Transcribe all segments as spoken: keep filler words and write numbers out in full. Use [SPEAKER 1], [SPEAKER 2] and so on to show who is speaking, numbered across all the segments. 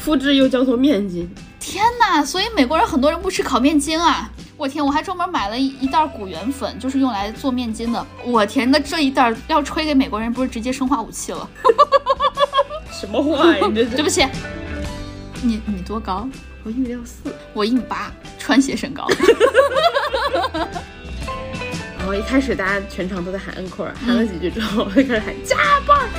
[SPEAKER 1] 麸质又叫做面筋。
[SPEAKER 2] 天哪！所以美国人很多人不吃烤面筋啊！我天，我还专门买了一一袋谷原粉，就是用来做面筋的。我天，那这一袋要吹给美国人，不是直接生化武器了？
[SPEAKER 1] 什么话呀？这
[SPEAKER 2] 对不起，你你多高？
[SPEAKER 1] 我一米六四，
[SPEAKER 2] 我一米八，穿鞋身高。
[SPEAKER 1] 然后一开始大家全场都在喊 encore， 喊了几句之后，我就开始喊加棒。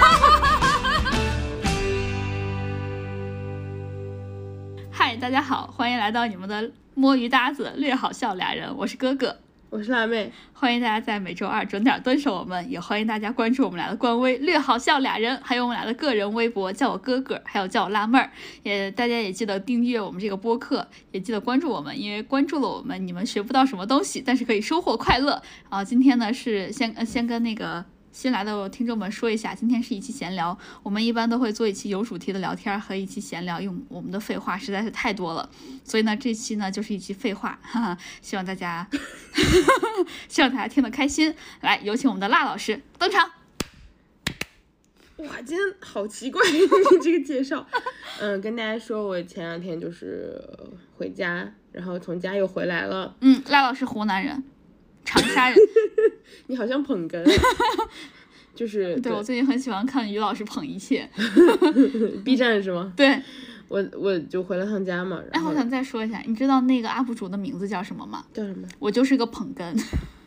[SPEAKER 2] 嗨，大家好，欢迎来到你们的摸鱼搭子略好笑俩人，我是哥哥，
[SPEAKER 1] 我是辣妹。
[SPEAKER 2] 欢迎大家在每周二准点蹲守我们，也欢迎大家关注我们俩的官微略好笑俩人，还有我们俩的个人微博，叫我哥哥，还有叫我辣妹儿。也大家也记得订阅我们这个播客，也记得关注我们，因为关注了我们，你们学不到什么东西，但是可以收获快乐。然后今天呢是先呃先跟那个新来的听众们说一下，今天是一期闲聊，我们一般都会做一期有主题的聊天和一期闲聊，因为我们的废话实在是太多了，所以呢这期呢就是一期废话，哈哈，希望大家希望大家听得开心。来，有请我们的辣老师登场。
[SPEAKER 1] 哇，今天好奇怪你这个介绍。嗯，跟大家说，我前两天就是回家，然后从家又回来了。
[SPEAKER 2] 嗯，辣老师湖南人，长沙人。
[SPEAKER 1] 你好像捧哏。就是
[SPEAKER 2] 对, 对我最近很喜欢看于老师捧一切。
[SPEAKER 1] B 站是吗？
[SPEAKER 2] 对，
[SPEAKER 1] 我我就回了趟家嘛。然后
[SPEAKER 2] 哎，我想再说一下，你知道那个 U P 主的名字叫什么吗？
[SPEAKER 1] 叫什么？
[SPEAKER 2] 我就是个捧哏。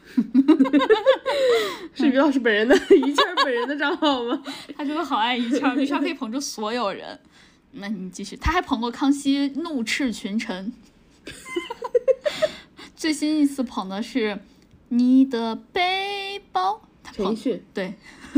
[SPEAKER 1] 是于老师本人的于谦本人的账号吗？
[SPEAKER 2] 他真的好爱于谦，于谦可以捧住所有人。那你继续，他还捧过康熙怒斥群臣。最新一次捧的是你的背包，
[SPEAKER 1] 陈奕迅。
[SPEAKER 2] 对。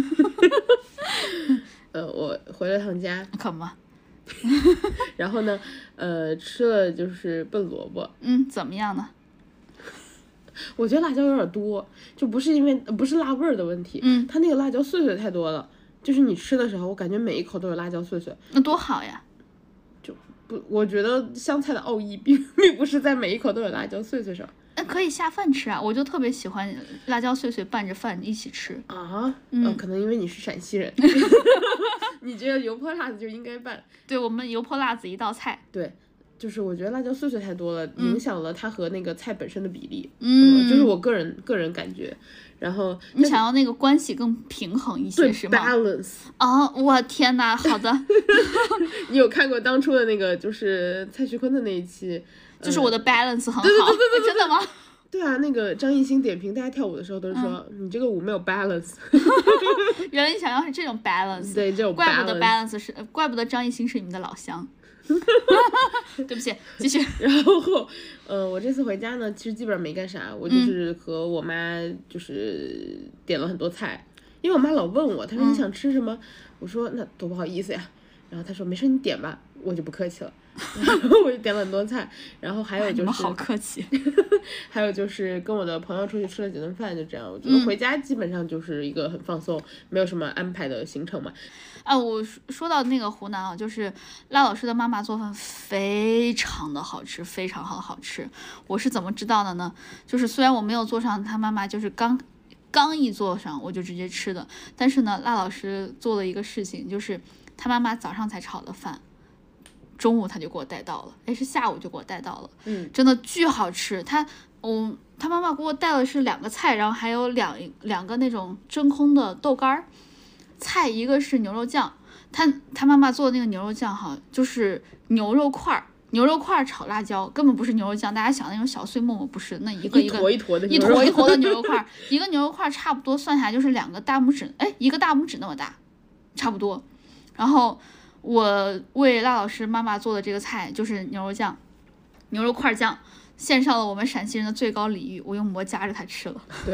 [SPEAKER 1] 呃，我回了趟家，
[SPEAKER 2] 可吗？
[SPEAKER 1] 然后呢，呃，吃了就是笨萝卜。
[SPEAKER 2] 嗯，怎么样呢？
[SPEAKER 1] 我觉得辣椒有点多，就不是因为不是辣味儿的问题，
[SPEAKER 2] 嗯，
[SPEAKER 1] 它那个辣椒碎碎太多了，就是你吃的时候，我感觉每一口都有辣椒碎碎。
[SPEAKER 2] 那多好呀！
[SPEAKER 1] 就不，我觉得香菜的奥义并并不是在每一口都有辣椒碎碎上。
[SPEAKER 2] 那可以下饭吃啊，我就特别喜欢辣椒碎碎拌着饭一起吃
[SPEAKER 1] 啊。
[SPEAKER 2] 嗯、
[SPEAKER 1] 呃，可能因为你是陕西人，你觉得油泼辣子就应该拌。
[SPEAKER 2] 对，我们油泼辣子一道菜。
[SPEAKER 1] 对。就是我觉得辣椒碎碎太多了，
[SPEAKER 2] 嗯、
[SPEAKER 1] 影响了它和那个菜本身的比例。
[SPEAKER 2] 嗯，
[SPEAKER 1] 呃、就是我个人个人感觉。然后
[SPEAKER 2] 你想要那个关系更平衡一些，是吗
[SPEAKER 1] ？balance。
[SPEAKER 2] 哦，我天哪，好的。
[SPEAKER 1] 你有看过当初的那个就是蔡徐坤的那一期？
[SPEAKER 2] 就是我的 balance 很好。
[SPEAKER 1] 对对对对对，
[SPEAKER 2] 真的吗？
[SPEAKER 1] 对啊，那个张艺兴点评大家跳舞的时候都是说、嗯、你这个舞没有 balance。
[SPEAKER 2] 原来你想要是这种 balance。
[SPEAKER 1] 对，这种 balance。
[SPEAKER 2] 怪不得 balance 是，怪不得张艺兴是你们的老乡。对不起，继续。
[SPEAKER 1] 然后，呃，我这次回家呢，其实基本上没干啥，我就是和我妈就是点了很多菜，因为我妈老问我，她说你想吃什么？嗯、我说那多不好意思呀。然后她说没事，你点吧，我就不客气了。然后我就点了很多菜，然后还有就是，
[SPEAKER 2] 好客气。
[SPEAKER 1] 还有就是跟我的朋友出去吃了几顿饭，就这样。我觉得回家基本上就是一个很放松，嗯、没有什么安排的行程嘛。
[SPEAKER 2] 啊，我说到那个湖南啊，就是赖老师的妈妈做饭非常的好吃，非常好好吃。我是怎么知道的呢？就是虽然我没有做上他妈妈就是刚刚一做上我就直接吃的，但是呢，赖老师做了一个事情，就是他妈妈早上才炒的饭。中午他就给我带到了，哎，是下午就给我带到了，
[SPEAKER 1] 嗯，
[SPEAKER 2] 真的巨好吃。他，嗯，他妈妈给我带的是两个菜，然后还有两两个那种真空的豆干儿。菜一个是牛肉酱，他他妈妈做的那个牛肉酱哈，就是牛肉块儿，牛肉块炒辣椒，根本不是牛肉酱，大家想的那种小碎沫沫，不是，那一个一个
[SPEAKER 1] 一坨一坨的
[SPEAKER 2] 一坨一坨的牛肉块，一个牛肉块差不多算下来就是两个大拇指，哎，一个大拇指那么大，差不多，然后。我为辣老师妈妈做的这个菜就是牛肉酱，牛肉块酱，献上了我们陕西人的最高礼遇，我用馍夹着它吃了。
[SPEAKER 1] 对，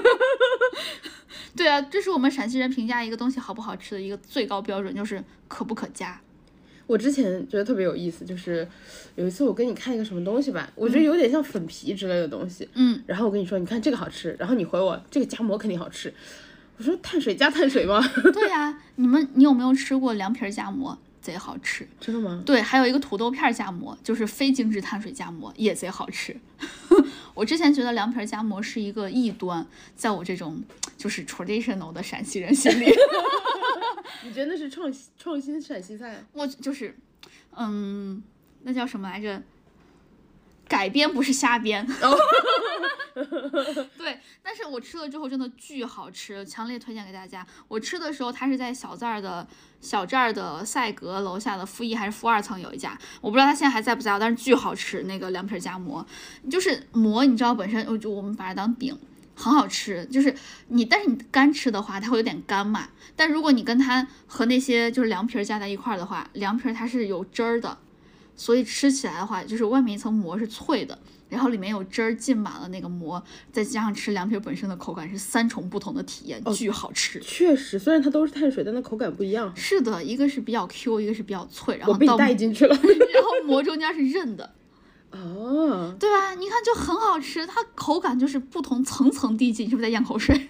[SPEAKER 2] 对啊，这是我们陕西人评价一个东西好不好吃的一个最高标准，就是可不可夹。
[SPEAKER 1] 我之前觉得特别有意思，就是有一次我跟你看一个什么东西吧，我觉得有点像粉皮之类的东西，
[SPEAKER 2] 嗯，
[SPEAKER 1] 然后我跟你说，你看这个好吃，然后你回我这个夹馍肯定好吃。我说碳水加碳水吗？
[SPEAKER 2] 对呀、啊，你们你有没有吃过凉皮夹馍？贼好吃。
[SPEAKER 1] 真的吗？
[SPEAKER 2] 对，还有一个土豆片夹馍，就是非精致碳水夹馍，也贼好吃。我之前觉得凉皮夹馍是一个异端，在我这种就是 traditional 的陕西人心里。
[SPEAKER 1] 你觉得那是创创新陕西菜？
[SPEAKER 2] 我就是，嗯，那叫什么来着？改编不是瞎编。哦对，但是我吃了之后真的巨好吃，强烈推荐给大家。我吃的时候，它是在小寨的小寨的赛格楼下的负一还是负二层有一家，我不知道它现在还在不在，但是巨好吃。那个凉皮夹馍，就是馍，你知道本身就我们把它当饼，很好吃。就是你，但是你干吃的话，它会有点干嘛。但如果你跟它和那些就是凉皮加在一块儿的话，凉皮它是有汁儿的，所以吃起来的话，就是外面一层膜是脆的。然后里面有汁儿浸满了那个馍，再加上吃凉皮本身的口感，是三重不同的体验，巨好吃。
[SPEAKER 1] 确实，虽然它都是碳水，但它口感不一样。
[SPEAKER 2] 是的，一个是比较 Q， 一个是比较脆，然后
[SPEAKER 1] 我被你带进去了。
[SPEAKER 2] 然后馍中间是韧的。
[SPEAKER 1] 哦，
[SPEAKER 2] 对吧？你看就很好吃，它口感就是不同层层递进。你是不是在咽口水？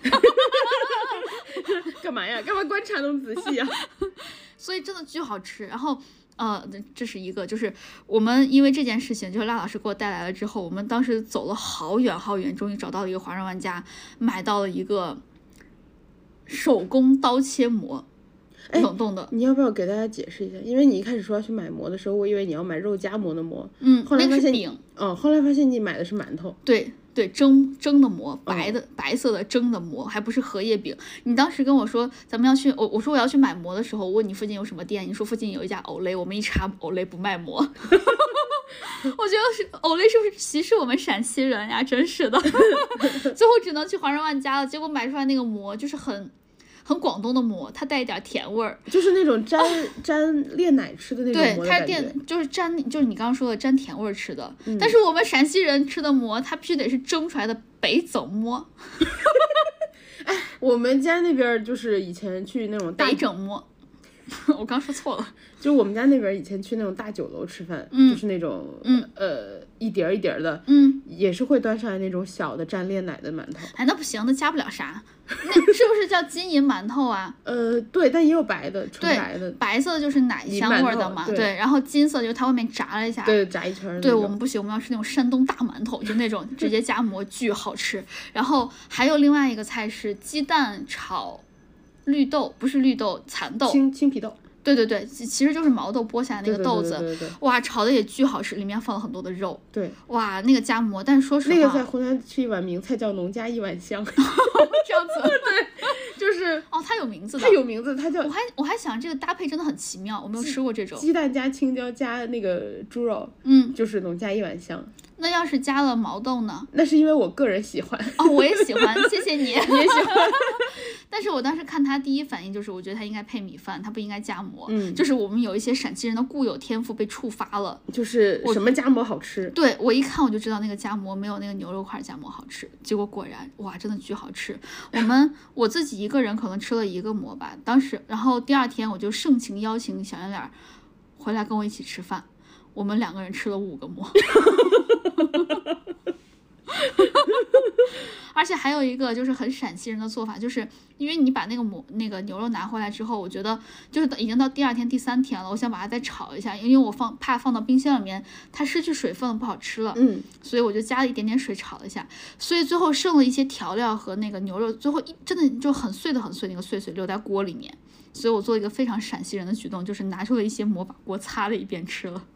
[SPEAKER 1] 干嘛呀？干嘛观察那么仔细啊？
[SPEAKER 2] 所以真的巨好吃。然后。呃，这是一个，就是我们因为这件事情，就是辣老师给我带来了之后，我们当时走了好远好远，终于找到了一个华润万家，买到了一个手工刀切馍，冷冻的。
[SPEAKER 1] 你要不要给大家解释一下？因为你一开始说要去买馍的时候，我以为你要买肉夹馍的馍，
[SPEAKER 2] 嗯，
[SPEAKER 1] 后来发现
[SPEAKER 2] 饼，
[SPEAKER 1] 哦，后来发现你买的是馒头，
[SPEAKER 2] 对。对，蒸蒸的馍，白的、哦、白色的蒸的馍，还不是荷叶饼。你当时跟我说咱们要去，我我说我要去买馍的时候，我问你附近有什么店，你说附近有一家欧蕾，我们一查欧蕾不卖馍。我觉得是欧蕾是不是歧视我们陕西人呀？真是的。最后只能去华润万家了，结果买出来那个馍就是很。很广东的馍，它带一点甜味儿，
[SPEAKER 1] 就是那种沾、哦、沾炼奶吃的那种馍的感觉。
[SPEAKER 2] 对，它是店就是沾，就是你刚刚说的沾甜味儿吃的、嗯。但是我们陕西人吃的馍，它必须得是蒸出来的北整馍。
[SPEAKER 1] 哎，我们家那边就是以前去那种大
[SPEAKER 2] 北整馍，我刚说错了。
[SPEAKER 1] 就我们家那边以前去那种大酒楼吃饭，
[SPEAKER 2] 嗯、
[SPEAKER 1] 就是那种
[SPEAKER 2] 嗯
[SPEAKER 1] 呃一碟儿一碟儿的，
[SPEAKER 2] 嗯，
[SPEAKER 1] 也是会端上来那种小的沾炼奶的馒头。
[SPEAKER 2] 哎，那不行，那加不了啥。那是不是叫金银馒头啊？
[SPEAKER 1] 呃，对，但也有白的，纯白的，
[SPEAKER 2] 白色的就是奶香味的嘛，
[SPEAKER 1] 对,
[SPEAKER 2] 对，然后金色就是它外面炸了一下，
[SPEAKER 1] 对，炸一圈。
[SPEAKER 2] 对，我们不行，我们要吃那种山东大馒头，就那种直接夹馍，巨好吃。然后还有另外一个菜是鸡蛋炒绿豆，不是绿豆，蚕豆，
[SPEAKER 1] 青青皮豆。
[SPEAKER 2] 对对对，其实就是毛豆剥下来那个豆子，
[SPEAKER 1] 对对对对对对，
[SPEAKER 2] 哇，炒的也巨好吃，里面放了很多的肉。
[SPEAKER 1] 对，
[SPEAKER 2] 哇，那个夹馍，但是说实话，
[SPEAKER 1] 那个在湖南吃一碗名菜叫农家一碗香，
[SPEAKER 2] 这样子，
[SPEAKER 1] 对，就是
[SPEAKER 2] 哦，它有名字的，
[SPEAKER 1] 它有名字，它叫，
[SPEAKER 2] 我还我还想这个搭配真的很奇妙，我没有吃过这种，
[SPEAKER 1] 鸡蛋加青椒加那个猪肉，
[SPEAKER 2] 嗯，
[SPEAKER 1] 就是农家一碗香。
[SPEAKER 2] 那要是加了毛豆呢？
[SPEAKER 1] 那是因为我个人喜欢。
[SPEAKER 2] 哦，我也喜欢，谢谢你，你
[SPEAKER 1] 也喜欢。
[SPEAKER 2] 但是我当时看他第一反应就是，我觉得他应该配米饭，他不应该夹馍。
[SPEAKER 1] 嗯，
[SPEAKER 2] 就是我们有一些陕西人的固有天赋被触发了，
[SPEAKER 1] 就是什么夹馍好吃。
[SPEAKER 2] 对，我一看我就知道那个夹馍没有那个牛肉块夹馍好吃，结果果然哇，真的巨好吃。我们我自己一个人可能吃了一个馍吧，当时，然后第二天我就盛情邀请小圆脸回来跟我一起吃饭，我们两个人吃了五个馍。而且还有一个就是很陕西人的做法，就是因为你把那个馍那个牛肉拿回来之后，我觉得就是已经到第二天第三天了，我想把它再炒一下，因为我放怕放到冰箱里面它失去水分了不好吃了，
[SPEAKER 1] 嗯，
[SPEAKER 2] 所以我就加了一点点水炒了一下，所以最后剩了一些调料和那个牛肉，最后一真的就很碎的很碎，那个碎碎留在锅里面，所以我做一个非常陕西人的举动，就是拿出了一些馍把锅擦了一遍吃了。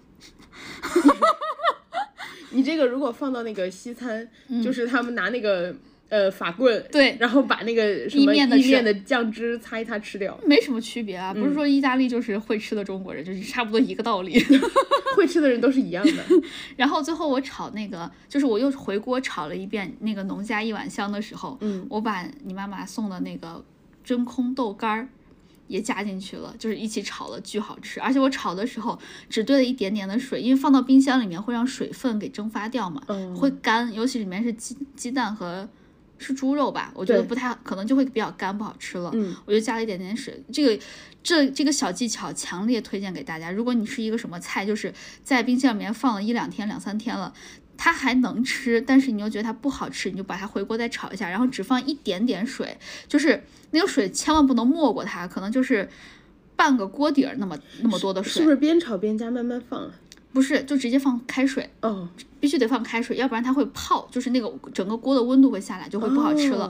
[SPEAKER 1] 你这个如果放到那个西餐，
[SPEAKER 2] 嗯、
[SPEAKER 1] 就是他们拿那个呃法棍，
[SPEAKER 2] 对，
[SPEAKER 1] 然后把那个什么意面的酱汁擦一擦吃掉，
[SPEAKER 2] 没什么区别啊。
[SPEAKER 1] 嗯、
[SPEAKER 2] 不是说意大利就是会吃的中国人，就是差不多一个道理。
[SPEAKER 1] 会吃的人都是一样的。
[SPEAKER 2] 然后最后我炒那个，就是我又回锅炒了一遍那个农家一碗香的时候，
[SPEAKER 1] 嗯，
[SPEAKER 2] 我把你妈妈送的那个真空豆干儿也加进去了，就是一起炒了，巨好吃。而且我炒的时候只兑了一点点的水，因为放到冰箱里面会让水分给蒸发掉嘛，
[SPEAKER 1] 嗯、
[SPEAKER 2] 会干，尤其里面是鸡鸡蛋和是猪肉吧，我觉得不太可能就会比较干，不好吃了。
[SPEAKER 1] 嗯，
[SPEAKER 2] 我就加了一点点水。这个这这个小技巧强烈推荐给大家。如果你是一个什么菜，就是在冰箱里面放了一两天、两三天了。它还能吃，但是你又觉得它不好吃，你就把它回锅再炒一下，然后只放一点点水，就是那个水千万不能没过它，可能就是半个锅底儿那么那么多的水。
[SPEAKER 1] 是不是边炒边加慢慢放啊？
[SPEAKER 2] 不是，就直接放开水
[SPEAKER 1] 哦，
[SPEAKER 2] 必须得放开水，要不然它会泡，就是那个整个锅的温度会下来，就会不好吃了。
[SPEAKER 1] 哦，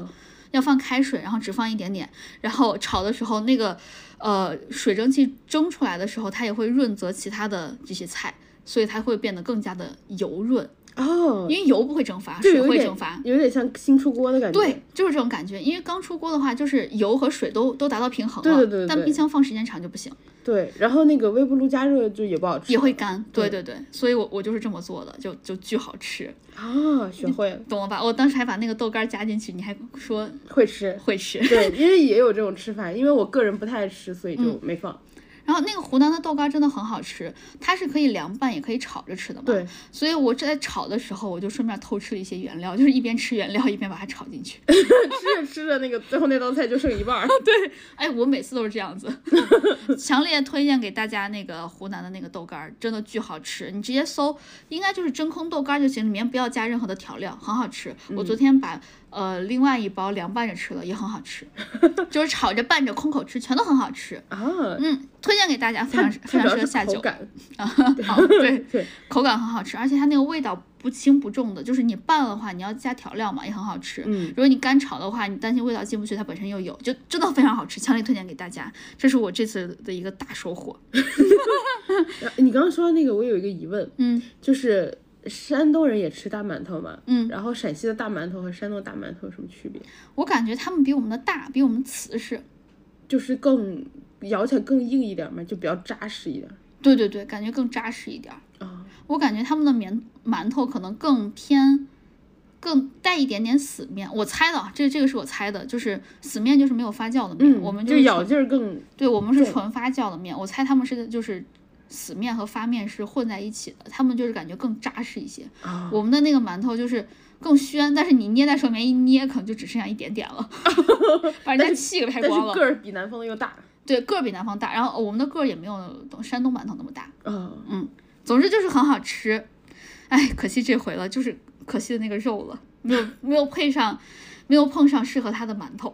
[SPEAKER 2] 要放开水，然后只放一点点，然后炒的时候那个呃水蒸气蒸出来的时候，它也会润泽其他的这些菜，所以它会变得更加的油润。
[SPEAKER 1] 哦，
[SPEAKER 2] 因为油不会蒸发，水会蒸发，
[SPEAKER 1] 有点像新出锅的感觉。
[SPEAKER 2] 对，就是这种感觉。因为刚出锅的话，就是油和水都都达到平衡了，
[SPEAKER 1] 对对 对, 对
[SPEAKER 2] 但冰箱放时间长就不行。
[SPEAKER 1] 对，然后那个微波炉加热就也不好吃，
[SPEAKER 2] 也会干。对对对，所以我我就是这么做的，就就巨好吃
[SPEAKER 1] 啊，学会了，
[SPEAKER 2] 懂了吧？我当时还把那个豆干加进去，你还说
[SPEAKER 1] 会吃
[SPEAKER 2] 会吃。
[SPEAKER 1] 对，因为也有这种吃法，因为我个人不太爱吃，所以就没放。
[SPEAKER 2] 嗯然后那个湖南的豆干真的很好吃，它是可以凉拌也可以炒着吃的嘛。
[SPEAKER 1] 对，
[SPEAKER 2] 所以我在炒的时候，我就顺便偷吃了一些原料，就是一边吃原料一边把它炒进去。
[SPEAKER 1] 吃着吃着，那个最后那道菜就剩一半。
[SPEAKER 2] 对，哎，我每次都是这样子。强烈推荐给大家那个湖南的那个豆干，真的巨好吃。你直接搜，应该就是真空豆干就行，里面不要加任何的调料，很好吃。嗯、我昨天把呃另外一包凉拌着吃了，也很好吃，就是炒着拌着空口吃，全都很好吃啊。嗯，推荐给大家，非常非常适合下酒啊。好，对对，口感很好吃，而且它那个味道不轻不重的，就是你拌的话，你要加调料嘛，也很好吃。嗯，如果你干炒的话，你担心味道进不去，它本身又有，就真的非常好吃，强烈推荐给大家。这是我这次的一个大收获。
[SPEAKER 1] 你刚刚说那个，我有一个疑问，
[SPEAKER 2] 嗯，
[SPEAKER 1] 就是山东人也吃大馒头嘛，
[SPEAKER 2] 嗯，
[SPEAKER 1] 然后陕西的大馒头和山东大馒头有什么区别？
[SPEAKER 2] 我感觉他们比我们的大，比我们瓷实，
[SPEAKER 1] 就是更咬起来更硬一点嘛，就比较扎实一点。
[SPEAKER 2] 对对对，感觉更扎实一点啊、
[SPEAKER 1] 哦。
[SPEAKER 2] 我感觉他们的棉馒头可能更偏，更带一点点死面。我猜的，这这个是我猜的，就是死面就是没有发酵的面，
[SPEAKER 1] 嗯、
[SPEAKER 2] 我们
[SPEAKER 1] 就咬劲儿更。
[SPEAKER 2] 对，我们是纯发酵的面。我猜他们是就是死面和发面是混在一起的，他们就是感觉更扎实一些。
[SPEAKER 1] 哦、
[SPEAKER 2] 我们的那个馒头就是更暄，但是你捏在手里面一捏，可能就只剩下一点点了，把人家气给拍光了。
[SPEAKER 1] 但是个儿比南方的又大。
[SPEAKER 2] 对，个儿比南方大，然后我们的个儿也没有山东馒头那么大。
[SPEAKER 1] 哦、
[SPEAKER 2] 嗯，总之就是很好吃。哎，可惜这回了，就是可惜的那个肉了，没有没有配上，没有碰上适合它的馒头。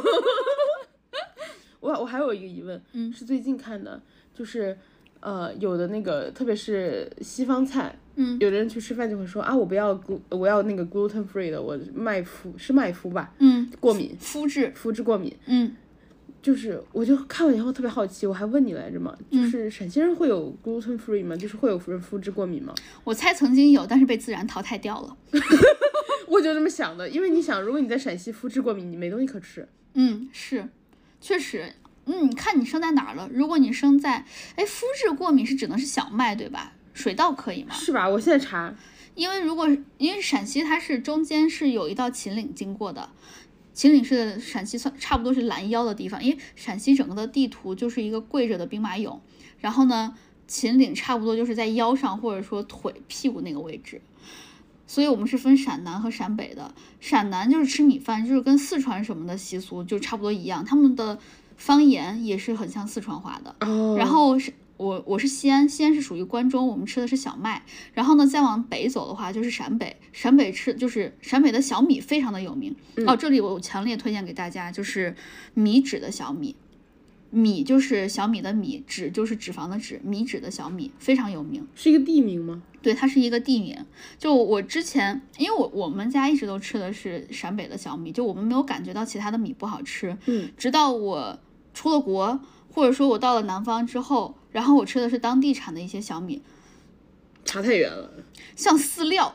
[SPEAKER 1] 我我还有一个疑问，
[SPEAKER 2] 嗯，
[SPEAKER 1] 是最近看的，就是呃有的那个特别是西方菜，
[SPEAKER 2] 嗯，
[SPEAKER 1] 有的人去吃饭就会说啊，我不要我要那个 gluten free 的，我麦麸是麦麸吧，
[SPEAKER 2] 嗯，
[SPEAKER 1] 过敏，
[SPEAKER 2] 麸质，
[SPEAKER 1] 麸质过敏，
[SPEAKER 2] 嗯。
[SPEAKER 1] 就是我就看完以后特别好奇，我还问你来着嘛，就是陕西人会有 gluten free 吗？就是会有人麸质过敏吗？
[SPEAKER 2] 我猜曾经有，但是被自然淘汰掉了。
[SPEAKER 1] 我就这么想的，因为你想，如果你在陕西麸质过敏，你没东西可吃。
[SPEAKER 2] 嗯，是，确实，嗯，你看你生在哪儿了？如果你生在，哎，麸质过敏是只能是小麦对吧？水稻可以吗？
[SPEAKER 1] 是吧？我现在查，
[SPEAKER 2] 因为如果因为陕西它是中间是有一道秦岭经过的。秦岭是陕西算差不多是拦腰的地方，因为陕西整个的地图就是一个跪着的兵马俑，然后呢，秦岭差不多就是在腰上或者说腿屁股那个位置，所以我们是分陕南和陕北的。陕南就是吃米饭，就是跟四川什么的习俗就差不多一样，他们的方言也是很像四川话的。
[SPEAKER 1] 哦，
[SPEAKER 2] 然后是。我我是西安，西安是属于关中，我们吃的是小麦。然后呢，再往北走的话就是陕北，陕北吃就是陕北的小米非常的有名、嗯、哦。这里我强烈推荐给大家，就是米脂的小米，米就是小米的米，脂就是脂肪的脂，米脂的小米非常有名。
[SPEAKER 1] 是一个地名吗？
[SPEAKER 2] 对，它是一个地名。就我之前，因为我我们家一直都吃的是陕北的小米，就我们没有感觉到其他的米不好吃。
[SPEAKER 1] 嗯，
[SPEAKER 2] 直到我出了国，或者说我到了南方之后。然后我吃的是当地产的一些小米，
[SPEAKER 1] 差太远了，
[SPEAKER 2] 像饲料，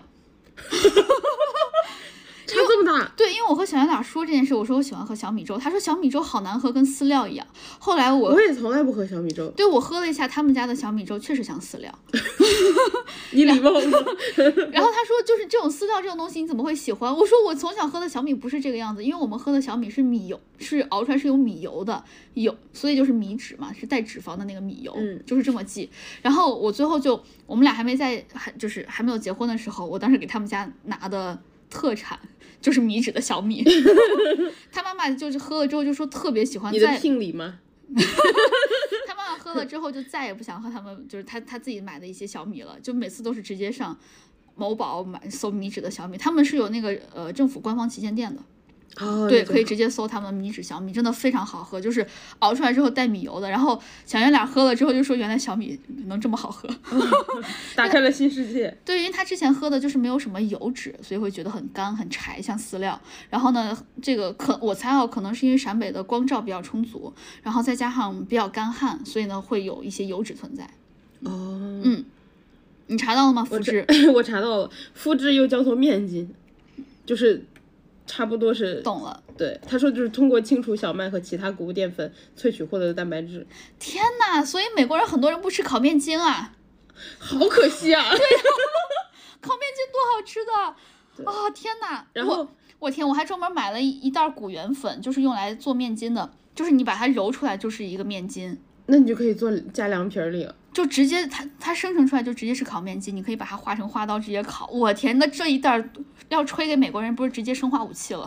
[SPEAKER 1] 差这么大。
[SPEAKER 2] 对，因为我和小圆脸说这件事，我说我喜欢喝小米粥，他说小米粥好难喝，跟饲料一样。后来我
[SPEAKER 1] 我也从来不喝小米粥，
[SPEAKER 2] 对，我喝了一下他们家的小米粥，确实像饲料。
[SPEAKER 1] 你礼貌吗？
[SPEAKER 2] 然后他说就是这种饲料这种东西你怎么会喜欢？我说我从小喝的小米不是这个样子，因为我们喝的小米是米油，是熬出来是有米油的，有所以就是米脂嘛，是带脂肪的那个米油，
[SPEAKER 1] 嗯，
[SPEAKER 2] 就是这么记。然后我最后就我们俩还没在还就是还没有结婚的时候，我当时给他们家拿的特产就是米脂的小米。他妈妈就是喝了之后就说特别喜欢。
[SPEAKER 1] 你的聘礼吗？
[SPEAKER 2] 他妈妈喝了之后就再也不想喝他们就是他他自己买的一些小米了，就每次都是直接上某宝买搜米脂的小米，他们是有那个呃政府官方旗舰店的。
[SPEAKER 1] 哦，
[SPEAKER 2] 对，可以直接搜他们的米脂小米，真的非常好喝，就是熬出来之后带米油的。然后小圆脸喝了之后就说，原来小米能这么好喝，
[SPEAKER 1] 打开了新世界。
[SPEAKER 2] 对，因为他之前喝的就是没有什么油脂，所以会觉得很干很柴，像饲料。然后呢，这个可我猜啊，可能是因为陕北的光照比较充足，然后再加上比较干旱，所以呢会有一些油脂存在。
[SPEAKER 1] 哦，
[SPEAKER 2] 嗯，你查到了吗？麸质，
[SPEAKER 1] 我查到了，麸质又叫做面筋，就是差不多是。
[SPEAKER 2] 懂了。
[SPEAKER 1] 对，他说就是通过清除小麦和其他谷物淀粉萃取获得的蛋白质。
[SPEAKER 2] 天哪！所以美国人很多人不吃烤面筋啊，
[SPEAKER 1] 好可惜啊！
[SPEAKER 2] 对呀，烤面筋多好吃的啊、哦！天哪！
[SPEAKER 1] 然后
[SPEAKER 2] 我我天，我还专门买了一一袋谷原粉，就是用来做面筋的，就是你把它揉出来就是一个面筋。
[SPEAKER 1] 那你就可以做加凉皮里了。
[SPEAKER 2] 就直接它它生成出来就直接是烤面筋，你可以把它划成花刀直接烤。我天，那这一袋要吹给美国人，不是直接生化武器了？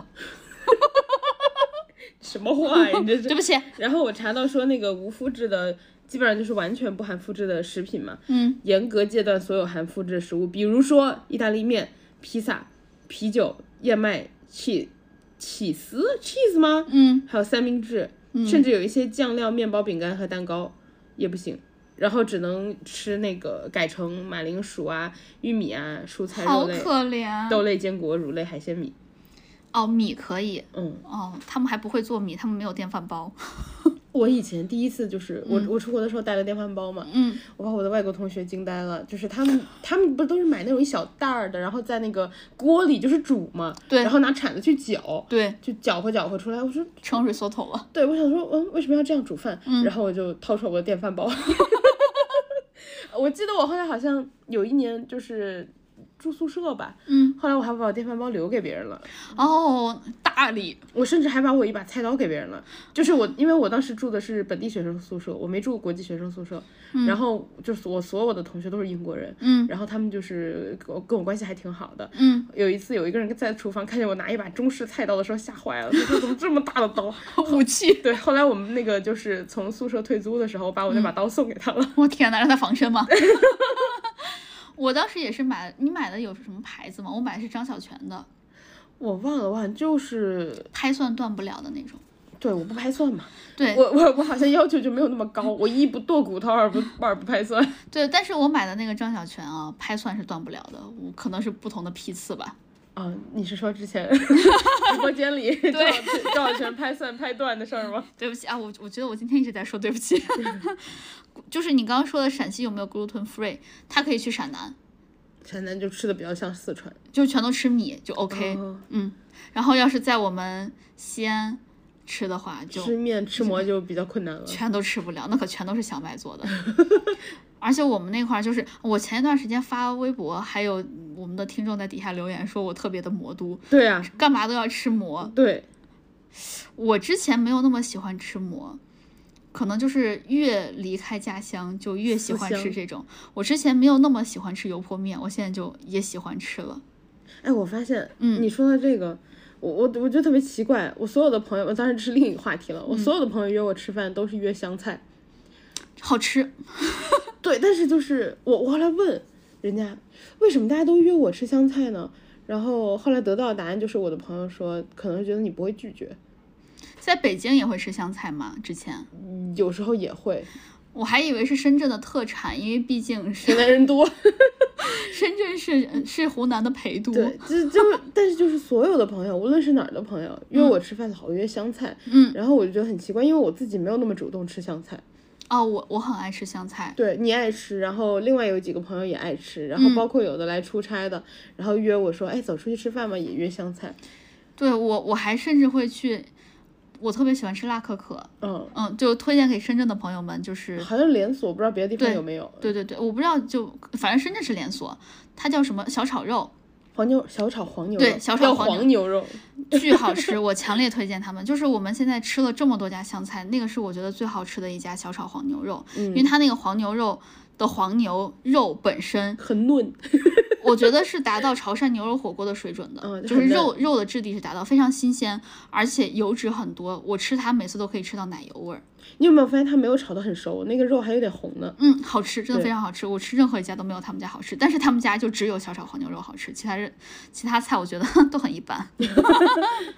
[SPEAKER 1] 什么话呀？你这是
[SPEAKER 2] 对不起。
[SPEAKER 1] 然后我查到说那个无麸质的，基本上就是完全不含麸质的食品嘛。
[SPEAKER 2] 嗯。
[SPEAKER 1] 严格戒断所有含麸质的食物，比如说意大利面、披萨、啤酒、燕麦、起起司 cheese 吗？
[SPEAKER 2] 嗯。
[SPEAKER 1] 还有三明治，嗯、甚至有一些酱料、面包、饼干和蛋糕也不行。然后只能吃那个改成马铃薯啊、玉米啊、蔬菜、肉类、
[SPEAKER 2] 好可怜，
[SPEAKER 1] 豆类、坚果、乳类、海鲜米。
[SPEAKER 2] 哦，米可以。
[SPEAKER 1] 嗯。
[SPEAKER 2] 哦，他们还不会做米，他们没有电饭煲。
[SPEAKER 1] 我以前第一次就是我、嗯、我出国的时候带了电饭煲嘛，
[SPEAKER 2] 嗯，
[SPEAKER 1] 我把我的外国同学惊呆了，就是他们他们不是都是买那种一小袋儿的，然后在那个锅里就是煮嘛，
[SPEAKER 2] 对，
[SPEAKER 1] 然后拿铲子去搅，
[SPEAKER 2] 对，
[SPEAKER 1] 就搅和搅和出来。我说
[SPEAKER 2] 成 risotto 了。
[SPEAKER 1] 对，我想说，嗯，为什么要这样煮饭？
[SPEAKER 2] 嗯，
[SPEAKER 1] 然后我就掏出我的电饭煲。我记得我后来好像有一年就是住宿舍吧，
[SPEAKER 2] 嗯，
[SPEAKER 1] 后来我还把我电饭煲留给别人了。
[SPEAKER 2] 哦，大礼！
[SPEAKER 1] 我甚至还把我一把菜刀给别人了。就是我，因为我当时住的是本地学生宿舍，我没住国际学生宿舍。
[SPEAKER 2] 嗯、
[SPEAKER 1] 然后就是我所有的同学都是英国人，
[SPEAKER 2] 嗯，
[SPEAKER 1] 然后他们就是跟我跟我关系还挺好的。
[SPEAKER 2] 嗯，
[SPEAKER 1] 有一次有一个人在厨房看见我拿一把中式菜刀的时候吓坏了，他说怎么这么大的刀？
[SPEAKER 2] 武器。
[SPEAKER 1] 对，后来我们那个就是从宿舍退租的时候，我把我那把刀送给他了。
[SPEAKER 2] 嗯、我天哪，让他防身吗？我当时也是买，你买的有什么牌子吗？我买的是张小泉的，
[SPEAKER 1] 我忘了，我好像就是
[SPEAKER 2] 拍蒜断不了的那种。
[SPEAKER 1] 对，我不拍蒜嘛。
[SPEAKER 2] 对，
[SPEAKER 1] 我我我好像要求就没有那么高，我一不剁骨头，二不二不拍蒜。
[SPEAKER 2] 对，但是我买的那个张小泉啊，拍蒜是断不了的，我可能是不同的批次吧。
[SPEAKER 1] 啊，你是说之前直播间里
[SPEAKER 2] 对
[SPEAKER 1] 赵小泉拍蒜拍断的事儿吗？
[SPEAKER 2] 对不起啊，我我觉得我今天一直在说对不起。就是你刚刚说的陕西有没有 gluten free， 他可以去陕南。
[SPEAKER 1] 陕南就吃的比较像四川，
[SPEAKER 2] 就全都吃米就 OK、哦、嗯，然后要是在我们西安吃的话，就
[SPEAKER 1] 吃面吃馍就比较困难了，
[SPEAKER 2] 全都吃不了，那可全都是小麦做的。而且我们那块儿就是我前一段时间发微博，还有我们的听众在底下留言说我特别的魔都。
[SPEAKER 1] 对啊，
[SPEAKER 2] 干嘛都要吃馍。
[SPEAKER 1] 对，
[SPEAKER 2] 我之前没有那么喜欢吃馍，可能就是越离开家乡就越喜欢吃这种。我之前没有那么喜欢吃油泼面，我现在就也喜欢吃了。
[SPEAKER 1] 哎，我发现，
[SPEAKER 2] 嗯，
[SPEAKER 1] 你说的这个，我我我觉得特别奇怪。我所有的朋友，当然这是另一个话题了。我所有的朋友约我吃饭都是约湘菜，
[SPEAKER 2] 好吃。
[SPEAKER 1] 对，但是就是我我后来问人家，为什么大家都约我吃湘菜呢？然后后来得到的答案就是，我的朋友说，可能觉得你不会拒绝。
[SPEAKER 2] 在北京也会吃湘菜吗？之前
[SPEAKER 1] 有时候也会，
[SPEAKER 2] 我还以为是深圳的特产，因为毕竟是
[SPEAKER 1] 湖南人多。
[SPEAKER 2] 深圳是是湖南的陪都。
[SPEAKER 1] 对，就就但是就是所有的朋友，无论是哪儿的朋友约我吃饭，老约湘菜。
[SPEAKER 2] 嗯，
[SPEAKER 1] 然后我就觉得很奇怪，因为我自己没有那么主动吃湘菜。
[SPEAKER 2] 哦，我我很爱吃湘菜。
[SPEAKER 1] 对，你爱吃，然后另外有几个朋友也爱吃，然后包括有的来出差的，嗯、然后约我说，哎，走出去吃饭嘛，也约湘菜。
[SPEAKER 2] 对，我我还甚至会去。我特别喜欢吃辣可可，
[SPEAKER 1] 嗯
[SPEAKER 2] 嗯，就推荐给深圳的朋友们，就是
[SPEAKER 1] 好像连锁，不知道别的地方有没有。
[SPEAKER 2] 对对对，我不知道，就反正深圳是连锁，它叫什么小炒肉，
[SPEAKER 1] 黄牛小炒黄牛肉，
[SPEAKER 2] 对，小炒
[SPEAKER 1] 黄牛肉，
[SPEAKER 2] 巨好吃，我强烈推荐他们。就是我们现在吃了这么多家湘菜，那个是我觉得最好吃的一家小炒黄牛肉，
[SPEAKER 1] 嗯、
[SPEAKER 2] 因为它那个黄牛肉的黄牛肉本身
[SPEAKER 1] 很嫩。
[SPEAKER 2] 我觉得是达到潮汕牛肉火锅的水准的，
[SPEAKER 1] 嗯、
[SPEAKER 2] 就是肉肉的质地是达到非常新鲜，而且油脂很多，我吃它每次都可以吃到奶油味儿。
[SPEAKER 1] 你有没有发现它没有炒得很熟，那个肉还有点红呢？
[SPEAKER 2] 嗯，好吃，真的非常好吃。我吃任何一家都没有他们家好吃，但是他们家就只有小炒黄牛肉好吃，其他人其他菜我觉得都很一般。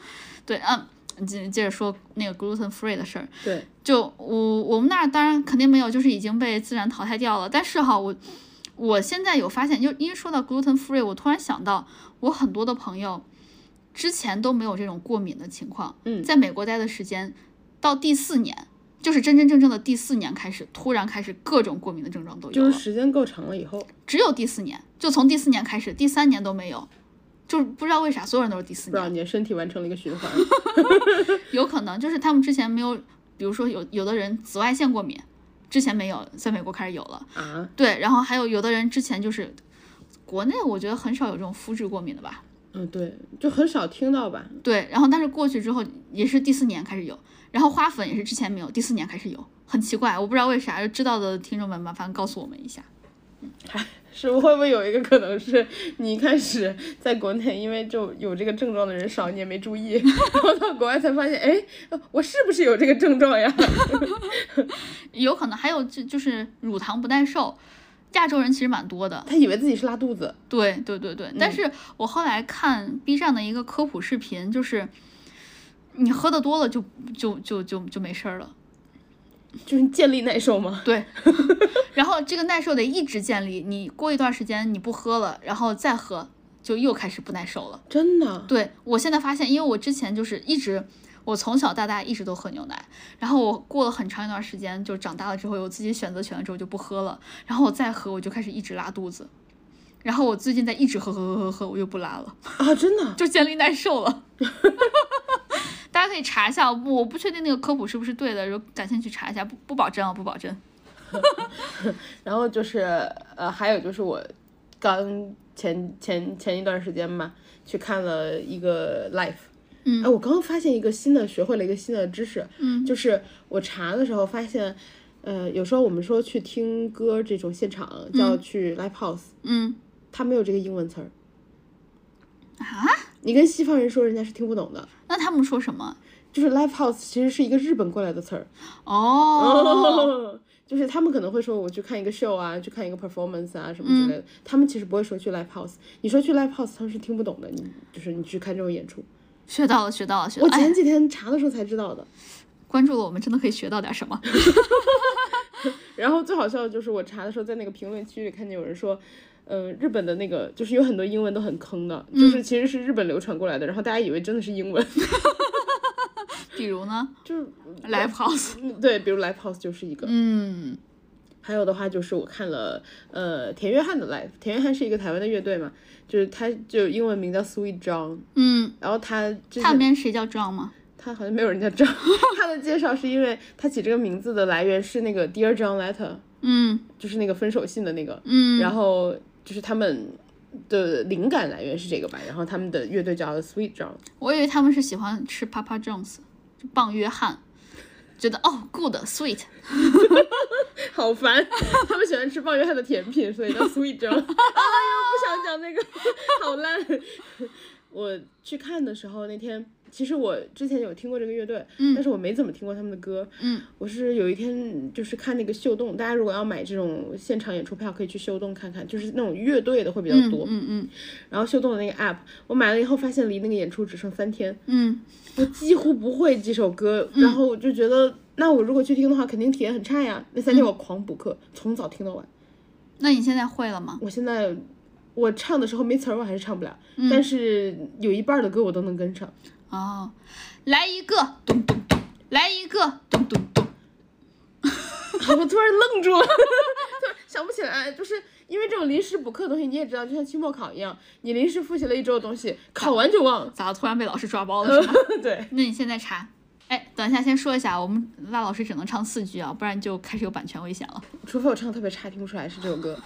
[SPEAKER 2] 对，嗯，接接着说那个 gluten free 的事儿。
[SPEAKER 1] 对，
[SPEAKER 2] 就我我们那儿当然肯定没有，就是已经被自然淘汰掉了。但是哈，我我现在有发现，就因为说到 gluten free， 我突然想到，我很多的朋友之前都没有这种过敏的情况。
[SPEAKER 1] 嗯，
[SPEAKER 2] 在美国待的时间到第四年。就是真真正正的第四年开始，突然开始各种过敏的症状都有
[SPEAKER 1] 了，就是时间够长了以后，
[SPEAKER 2] 只有第四年，就从第四年开始，第三年都没有，就是不知道为啥所有人都是第四年，
[SPEAKER 1] 不知道你的身体完成了一个循环，
[SPEAKER 2] 有可能就是他们之前没有，比如说有有的人紫外线过敏，之前没有，在美国开始有了
[SPEAKER 1] 啊，
[SPEAKER 2] 对，然后还有有的人之前就是国内我觉得很少有这种肤质过敏的吧，
[SPEAKER 1] 嗯，对，就很少听到吧，
[SPEAKER 2] 对，然后但是过去之后也是第四年开始有。然后花粉也是之前没有，第四年开始有，很奇怪，我不知道为啥，知道的听众们麻烦告诉我们一下。
[SPEAKER 1] 嗯，是会不会有一个可能是你一开始在国内因为就有这个症状的人少，你也没注意，然后到国外才发现，哎，我是不是有这个症状呀？
[SPEAKER 2] 有可能，还有就就是乳糖不耐受，亚洲人其实蛮多的，
[SPEAKER 1] 他以为自己是拉肚子。
[SPEAKER 2] 对对对对，嗯、但是我后来看 B 站的一个科普视频，就是你喝的多了就就就就就没事了，
[SPEAKER 1] 就是建立耐受吗？
[SPEAKER 2] 对，然后这个耐受得一直建立，你过一段时间你不喝了，然后再喝就又开始不耐受了。
[SPEAKER 1] 真的？
[SPEAKER 2] 对，我现在发现，因为我之前就是一直，我从小到大一直都喝牛奶，然后我过了很长一段时间，就长大了之后有自己选择权了之后就不喝了，然后我再喝我就开始一直拉肚子，然后我最近在一直喝喝喝喝喝，我又不拉了
[SPEAKER 1] 啊，真的
[SPEAKER 2] 就建立耐受了。大家可以查一下，我不确定那个科普是不是对的，如果感兴趣查一下，不不保证啊，不保证。
[SPEAKER 1] 然后就是呃，还有就是我刚前前前一段时间吧，去看了一个 live，
[SPEAKER 2] 嗯，
[SPEAKER 1] 哎，我刚发现一个新的，学会了一个新的知识，
[SPEAKER 2] 嗯，
[SPEAKER 1] 就是我查的时候发现，呃，有时候我们说去听歌这种现场叫去 live house，
[SPEAKER 2] 嗯，
[SPEAKER 1] 它没有这个英文词儿。
[SPEAKER 2] 啊？
[SPEAKER 1] 你跟西方人说，人家是听不懂的。
[SPEAKER 2] 那他们说什么？
[SPEAKER 1] 就是 live house 其实是一个日本过来的词儿。
[SPEAKER 2] 哦。
[SPEAKER 1] 就是他们可能会说我去看一个 show 啊，去看一个 performance 啊什么之类的，嗯、他们其实不会说去 live house。你说去 live house， 他们是听不懂的。你就是你去看这种演出。
[SPEAKER 2] 学到了，学到了，学到
[SPEAKER 1] 了。我前几天查的时候才知道的。
[SPEAKER 2] 关注了我们，真的可以学到点什么。
[SPEAKER 1] 然后最好笑的就是我查的时候，在那个评论区里看见有人说，嗯、呃，日本的那个就是有很多英文都很坑的，
[SPEAKER 2] 嗯、
[SPEAKER 1] 就是其实是日本流传过来的，然后大家以为真的是英文。
[SPEAKER 2] 比如呢？
[SPEAKER 1] 就是
[SPEAKER 2] live house，
[SPEAKER 1] 对，比如 live house 就是一个。
[SPEAKER 2] 嗯，
[SPEAKER 1] 还有的话就是我看了呃田约翰的 live， 田约翰是一个台湾的乐队嘛，就是他就英文名叫 Sweet John，
[SPEAKER 2] 嗯，
[SPEAKER 1] 然后他
[SPEAKER 2] 他里面谁叫 John 吗？
[SPEAKER 1] 他好像没有人叫 John， 他的介绍是因为他起这个名字的来源是那个 Dear John Letter，
[SPEAKER 2] 嗯，
[SPEAKER 1] 就是那个分手信的那个，
[SPEAKER 2] 嗯，
[SPEAKER 1] 然后就是他们的灵感来源是这个吧，然后他们的乐队叫 Sweet John。
[SPEAKER 2] 我以为他们是喜欢吃 Papa John's， 棒约翰，觉得哦 good sweet
[SPEAKER 1] 好烦，他们喜欢吃棒约翰的甜品，所以叫 Sweet John。 哎呦，不想讲那个，好烂。我去看的时候那天，其实我之前有听过这个乐队，
[SPEAKER 2] 嗯，
[SPEAKER 1] 但是我没怎么听过他们的歌，
[SPEAKER 2] 嗯，
[SPEAKER 1] 我是有一天就是看那个秀动，大家如果要买这种现场演出票，可以去秀动看看，就是那种乐队的会比较多，
[SPEAKER 2] 嗯 嗯, 嗯，
[SPEAKER 1] 然后秀动的那个 app， 我买了以后发现离那个演出只剩三天，
[SPEAKER 2] 嗯，
[SPEAKER 1] 我几乎不会几首歌，然后我就觉得，那我如果去听的话，肯定体验很差呀。那三天我狂补课，嗯、从早听到晚。
[SPEAKER 2] 那你现在会了吗？
[SPEAKER 1] 我现在。我唱的时候没词儿，我还是唱不了，
[SPEAKER 2] 嗯、
[SPEAKER 1] 但是有一半的歌我都能跟上。
[SPEAKER 2] 哦，来一个咚咚咚，来一个咚咚咚。
[SPEAKER 1] 我突然愣住了，想不起来，就是因为这种临时补课的东西，你也知道，就像期末考一样，你临时复习了一周的东西，考完就忘。
[SPEAKER 2] 咋突然被老师抓包了是吗？
[SPEAKER 1] 对。
[SPEAKER 2] 那你现在查。哎，等一下，先说一下，我们辣老师只能唱四句啊，不然就开始有版权危险了。
[SPEAKER 1] 除非我唱特别差，听不出来是这首歌。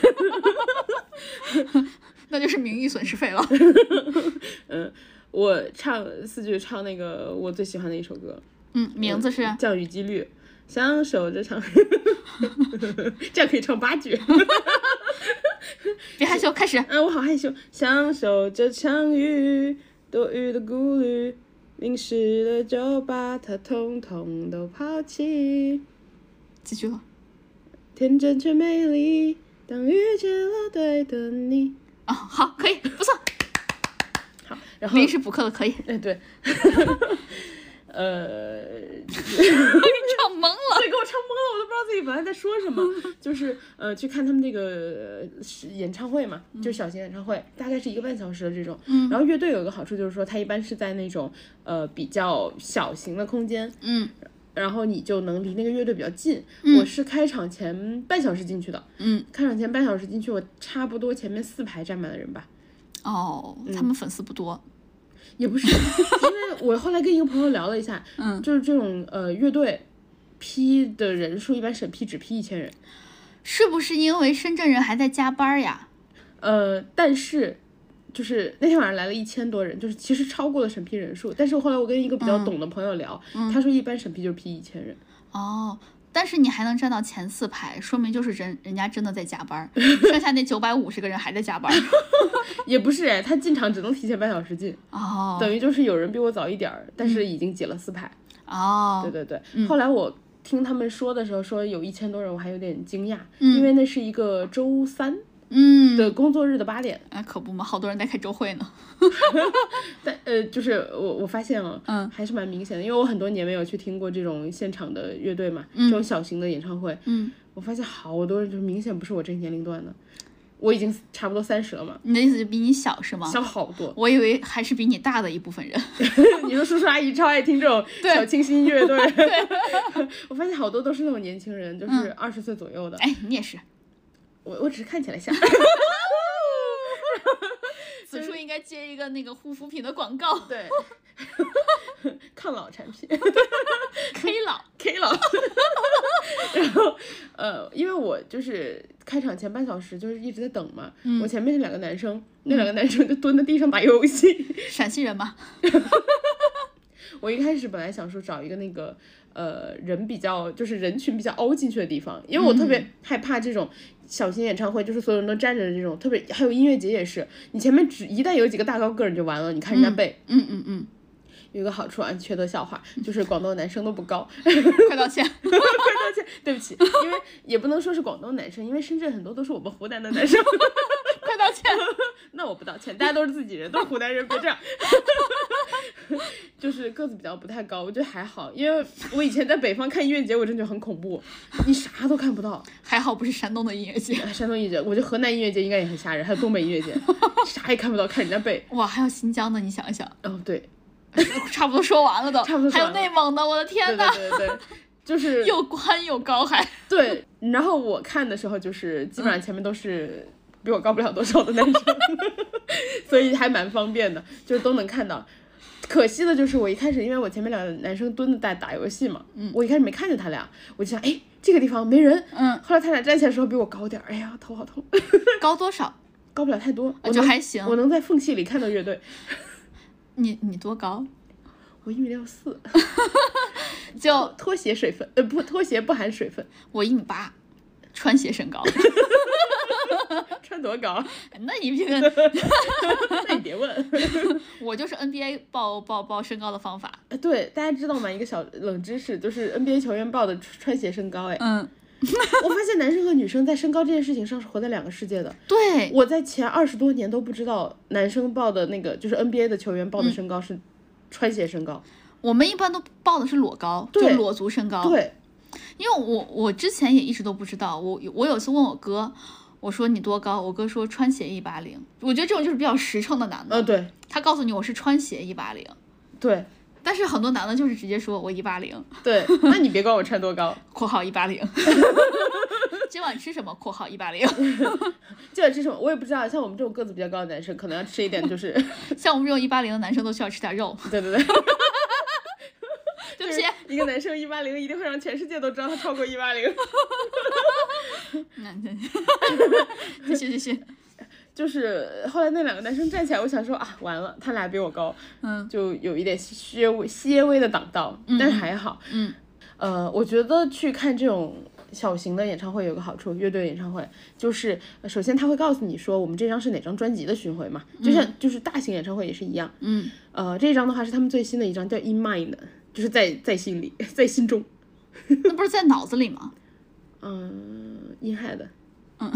[SPEAKER 2] 那就是名誉损失费了。
[SPEAKER 1] 嗯，我唱四句，唱那个我最喜欢的一首歌。
[SPEAKER 2] 嗯，名字是
[SPEAKER 1] 《降雨几率》，享受这场。这样可以唱八句。
[SPEAKER 2] 别害羞，开始。
[SPEAKER 1] 啊，我好害羞。享受这场雨，多余的顾虑。淋湿了就把它统统都抛弃。
[SPEAKER 2] 几句了？
[SPEAKER 1] 天真却美丽，当遇见了对的你。
[SPEAKER 2] 哦，好，可以，不错。
[SPEAKER 1] 好， 然后
[SPEAKER 2] 临时补课的可以。
[SPEAKER 1] 哎对，呃，
[SPEAKER 2] 唱懵了，
[SPEAKER 1] 对，给我唱懵了，我都不知道自己本来在说什么。就是呃，去看他们这个演唱会嘛，就是小型演唱会，大概是一个半小时的这种。嗯。然后乐队有一个好处就是说，它一般是在那种呃比较小型的空间。
[SPEAKER 2] 嗯。
[SPEAKER 1] 然后你就能离那个乐队比较近。
[SPEAKER 2] 嗯、
[SPEAKER 1] 我是开场前半小时进去的。
[SPEAKER 2] 嗯。
[SPEAKER 1] 开场前半小时进去，我差不多前面四排站满了人吧。
[SPEAKER 2] 哦，他们粉丝不多。嗯
[SPEAKER 1] 也不是，因为我后来跟一个朋友聊了一下，
[SPEAKER 2] 嗯，
[SPEAKER 1] 就是这种呃乐队批的人数一般审批只批一千人，
[SPEAKER 2] 是不是因为深圳人还在加班呀？
[SPEAKER 1] 呃，但是就是那天晚上来了一千多人，就是其实超过了审批人数，但是后来我跟一个比较懂的朋友聊，
[SPEAKER 2] 嗯、
[SPEAKER 1] 他说一般审批就批一千人。
[SPEAKER 2] 哦。但是你还能站到前四排，说明就是人人家真的在加班，剩下那九百五十个人还在加班。
[SPEAKER 1] 也不是哎，他进场只能提前半小时进，
[SPEAKER 2] 哦，
[SPEAKER 1] 等于就是有人比我早一点儿，但是已经挤了四排。
[SPEAKER 2] 哦，
[SPEAKER 1] 对对对，
[SPEAKER 2] 嗯、
[SPEAKER 1] 后来我听他们说的时候说有一千多人，我还有点惊讶，
[SPEAKER 2] 嗯、
[SPEAKER 1] 因为那是一个周三。
[SPEAKER 2] 嗯
[SPEAKER 1] 的工作日的八点，
[SPEAKER 2] 哎，可不嘛，好多人在开周会呢。
[SPEAKER 1] 但呃，就是我我发现了，
[SPEAKER 2] 嗯，
[SPEAKER 1] 还是蛮明显的，因为我很多年没有去听过这种现场的乐队嘛，
[SPEAKER 2] 嗯、
[SPEAKER 1] 这种小型的演唱会，
[SPEAKER 2] 嗯，
[SPEAKER 1] 我发现好多人就是明显不是我这个年龄段的，我已经差不多三十了嘛。
[SPEAKER 2] 你的意思就比你小是吗？
[SPEAKER 1] 小好多，
[SPEAKER 2] 我以为还是比你大的一部分人。
[SPEAKER 1] 你说叔叔阿姨超爱听这种小清新乐队，
[SPEAKER 2] 对，
[SPEAKER 1] 我发现好多都是那种年轻人，就是二十岁左右的。
[SPEAKER 2] 哎，你也是。
[SPEAKER 1] 我我只是看起来像。
[SPEAKER 2] 此处应该接一个那个护肤品的广告。
[SPEAKER 1] 对，抗老产品。
[SPEAKER 2] K 老
[SPEAKER 1] K 老。然后呃，因为我就是开场前半小时就是一直在等嘛，
[SPEAKER 2] 嗯、
[SPEAKER 1] 我前面是两个男生，那两个男生就蹲在地上打游戏。
[SPEAKER 2] 陕西人嘛。
[SPEAKER 1] 我一开始本来想说找一个那个呃人比较就是人群比较凹进去的地方，因为我特别害怕这种小型演唱会，就是所有人都站着的这种，特别还有音乐节也是，你前面只一旦有几个大高个儿你就完了，你看人家背。
[SPEAKER 2] 嗯嗯嗯。
[SPEAKER 1] 有一个好处啊，缺德笑话，就是广东的男生都不高。
[SPEAKER 2] 快道歉。
[SPEAKER 1] 快道歉，对不起，因为也不能说是广东男生，因为深圳很多都是我们湖南的男生。
[SPEAKER 2] 快道歉。
[SPEAKER 1] 那我不道歉，大家都是自己人，都是湖南人，别这样。就是个子比较不太高，我觉得还好，因为我以前在北方看音乐节，我真觉得很恐怖，你啥都看不到。
[SPEAKER 2] 还好不是山东的音乐节。
[SPEAKER 1] 山东音乐节，我觉得河南音乐节应该也很吓人，还有东北音乐节，啥也看不到，看人家背。
[SPEAKER 2] 哇，还有新疆的，你想一想。
[SPEAKER 1] 哦，对。
[SPEAKER 2] 差不多说完了都，
[SPEAKER 1] 差不多
[SPEAKER 2] 还有内蒙的，我的天哪！
[SPEAKER 1] 对对对对，就是
[SPEAKER 2] 又宽又高还。
[SPEAKER 1] 对，然后我看的时候就是基本上前面都是比我高不了多少的男生，所以还蛮方便的，就是都能看到。可惜的就是我一开始因为我前面两个男生蹲着在打游戏嘛，
[SPEAKER 2] 嗯，
[SPEAKER 1] 我一开始没看见他俩，我就想哎这个地方没人，
[SPEAKER 2] 嗯，
[SPEAKER 1] 后来他俩站起来的时候比我高点，哎呀头好痛。
[SPEAKER 2] 高多少？
[SPEAKER 1] 高不了太多，
[SPEAKER 2] 就还行。
[SPEAKER 1] 我能在缝隙里看到乐队。
[SPEAKER 2] 你你多高？
[SPEAKER 1] 我一米六四，
[SPEAKER 2] 就
[SPEAKER 1] 拖鞋水分，呃不，拖鞋不含水分。
[SPEAKER 2] 我一米八，穿鞋身高。
[SPEAKER 1] 穿多高？
[SPEAKER 2] 那你别，
[SPEAKER 1] 那你别问。
[SPEAKER 2] 我就是 N B A 报报报身高的方法。
[SPEAKER 1] 对，大家知道吗？一个小冷知识，就是 N B A 球员报的穿鞋身高，哎，
[SPEAKER 2] 嗯。
[SPEAKER 1] 我发现男生和女生在身高这件事情上是活在两个世界的。
[SPEAKER 2] 对，
[SPEAKER 1] 我在前二十多年都不知道男生报的那个就是 N B A 的球员报的身高是穿鞋身高，
[SPEAKER 2] 嗯、我们一般都报的是裸高，就裸足身高。
[SPEAKER 1] 对，
[SPEAKER 2] 因为我我之前也一直都不知道，我我有次问我哥，我说你多高？我哥说穿鞋一八零，我觉得这种就是比较实诚的男的。
[SPEAKER 1] 呃，对，
[SPEAKER 2] 他告诉你我是穿鞋一八零，
[SPEAKER 1] 对。
[SPEAKER 2] 但是很多男的就是直接说我一八零，
[SPEAKER 1] 对，那你别管我穿多高，
[SPEAKER 2] 括号一八零。今晚吃什么？括号一八零。
[SPEAKER 1] 今晚吃什么？我也不知道。像我们这种个子比较高的男生，可能要吃一点，就是
[SPEAKER 2] 像我们这种一八零的男生都需要吃点肉。
[SPEAKER 1] 对对对。
[SPEAKER 2] 对不起，
[SPEAKER 1] 一个男生一八零一定会让全世界都知道他超过一八零。
[SPEAKER 2] 那继续继续。
[SPEAKER 1] 就是后来那两个男生站起来，我想说啊，完了，他俩比我高，
[SPEAKER 2] 嗯，
[SPEAKER 1] 就有一点些微些微的挡道，
[SPEAKER 2] 嗯、
[SPEAKER 1] 但是还好，
[SPEAKER 2] 嗯，
[SPEAKER 1] 呃，我觉得去看这种小型的演唱会有个好处，乐队演唱会就是首先他会告诉你说我们这张是哪张专辑的巡回嘛，就像就是大型演唱会也是一样，
[SPEAKER 2] 嗯，
[SPEAKER 1] 呃，这张的话是他们最新的一张叫 In Mind， 就是在在心里，在心中。
[SPEAKER 2] 那不是在脑子里吗？
[SPEAKER 1] 嗯 ，In Head。
[SPEAKER 2] 嗯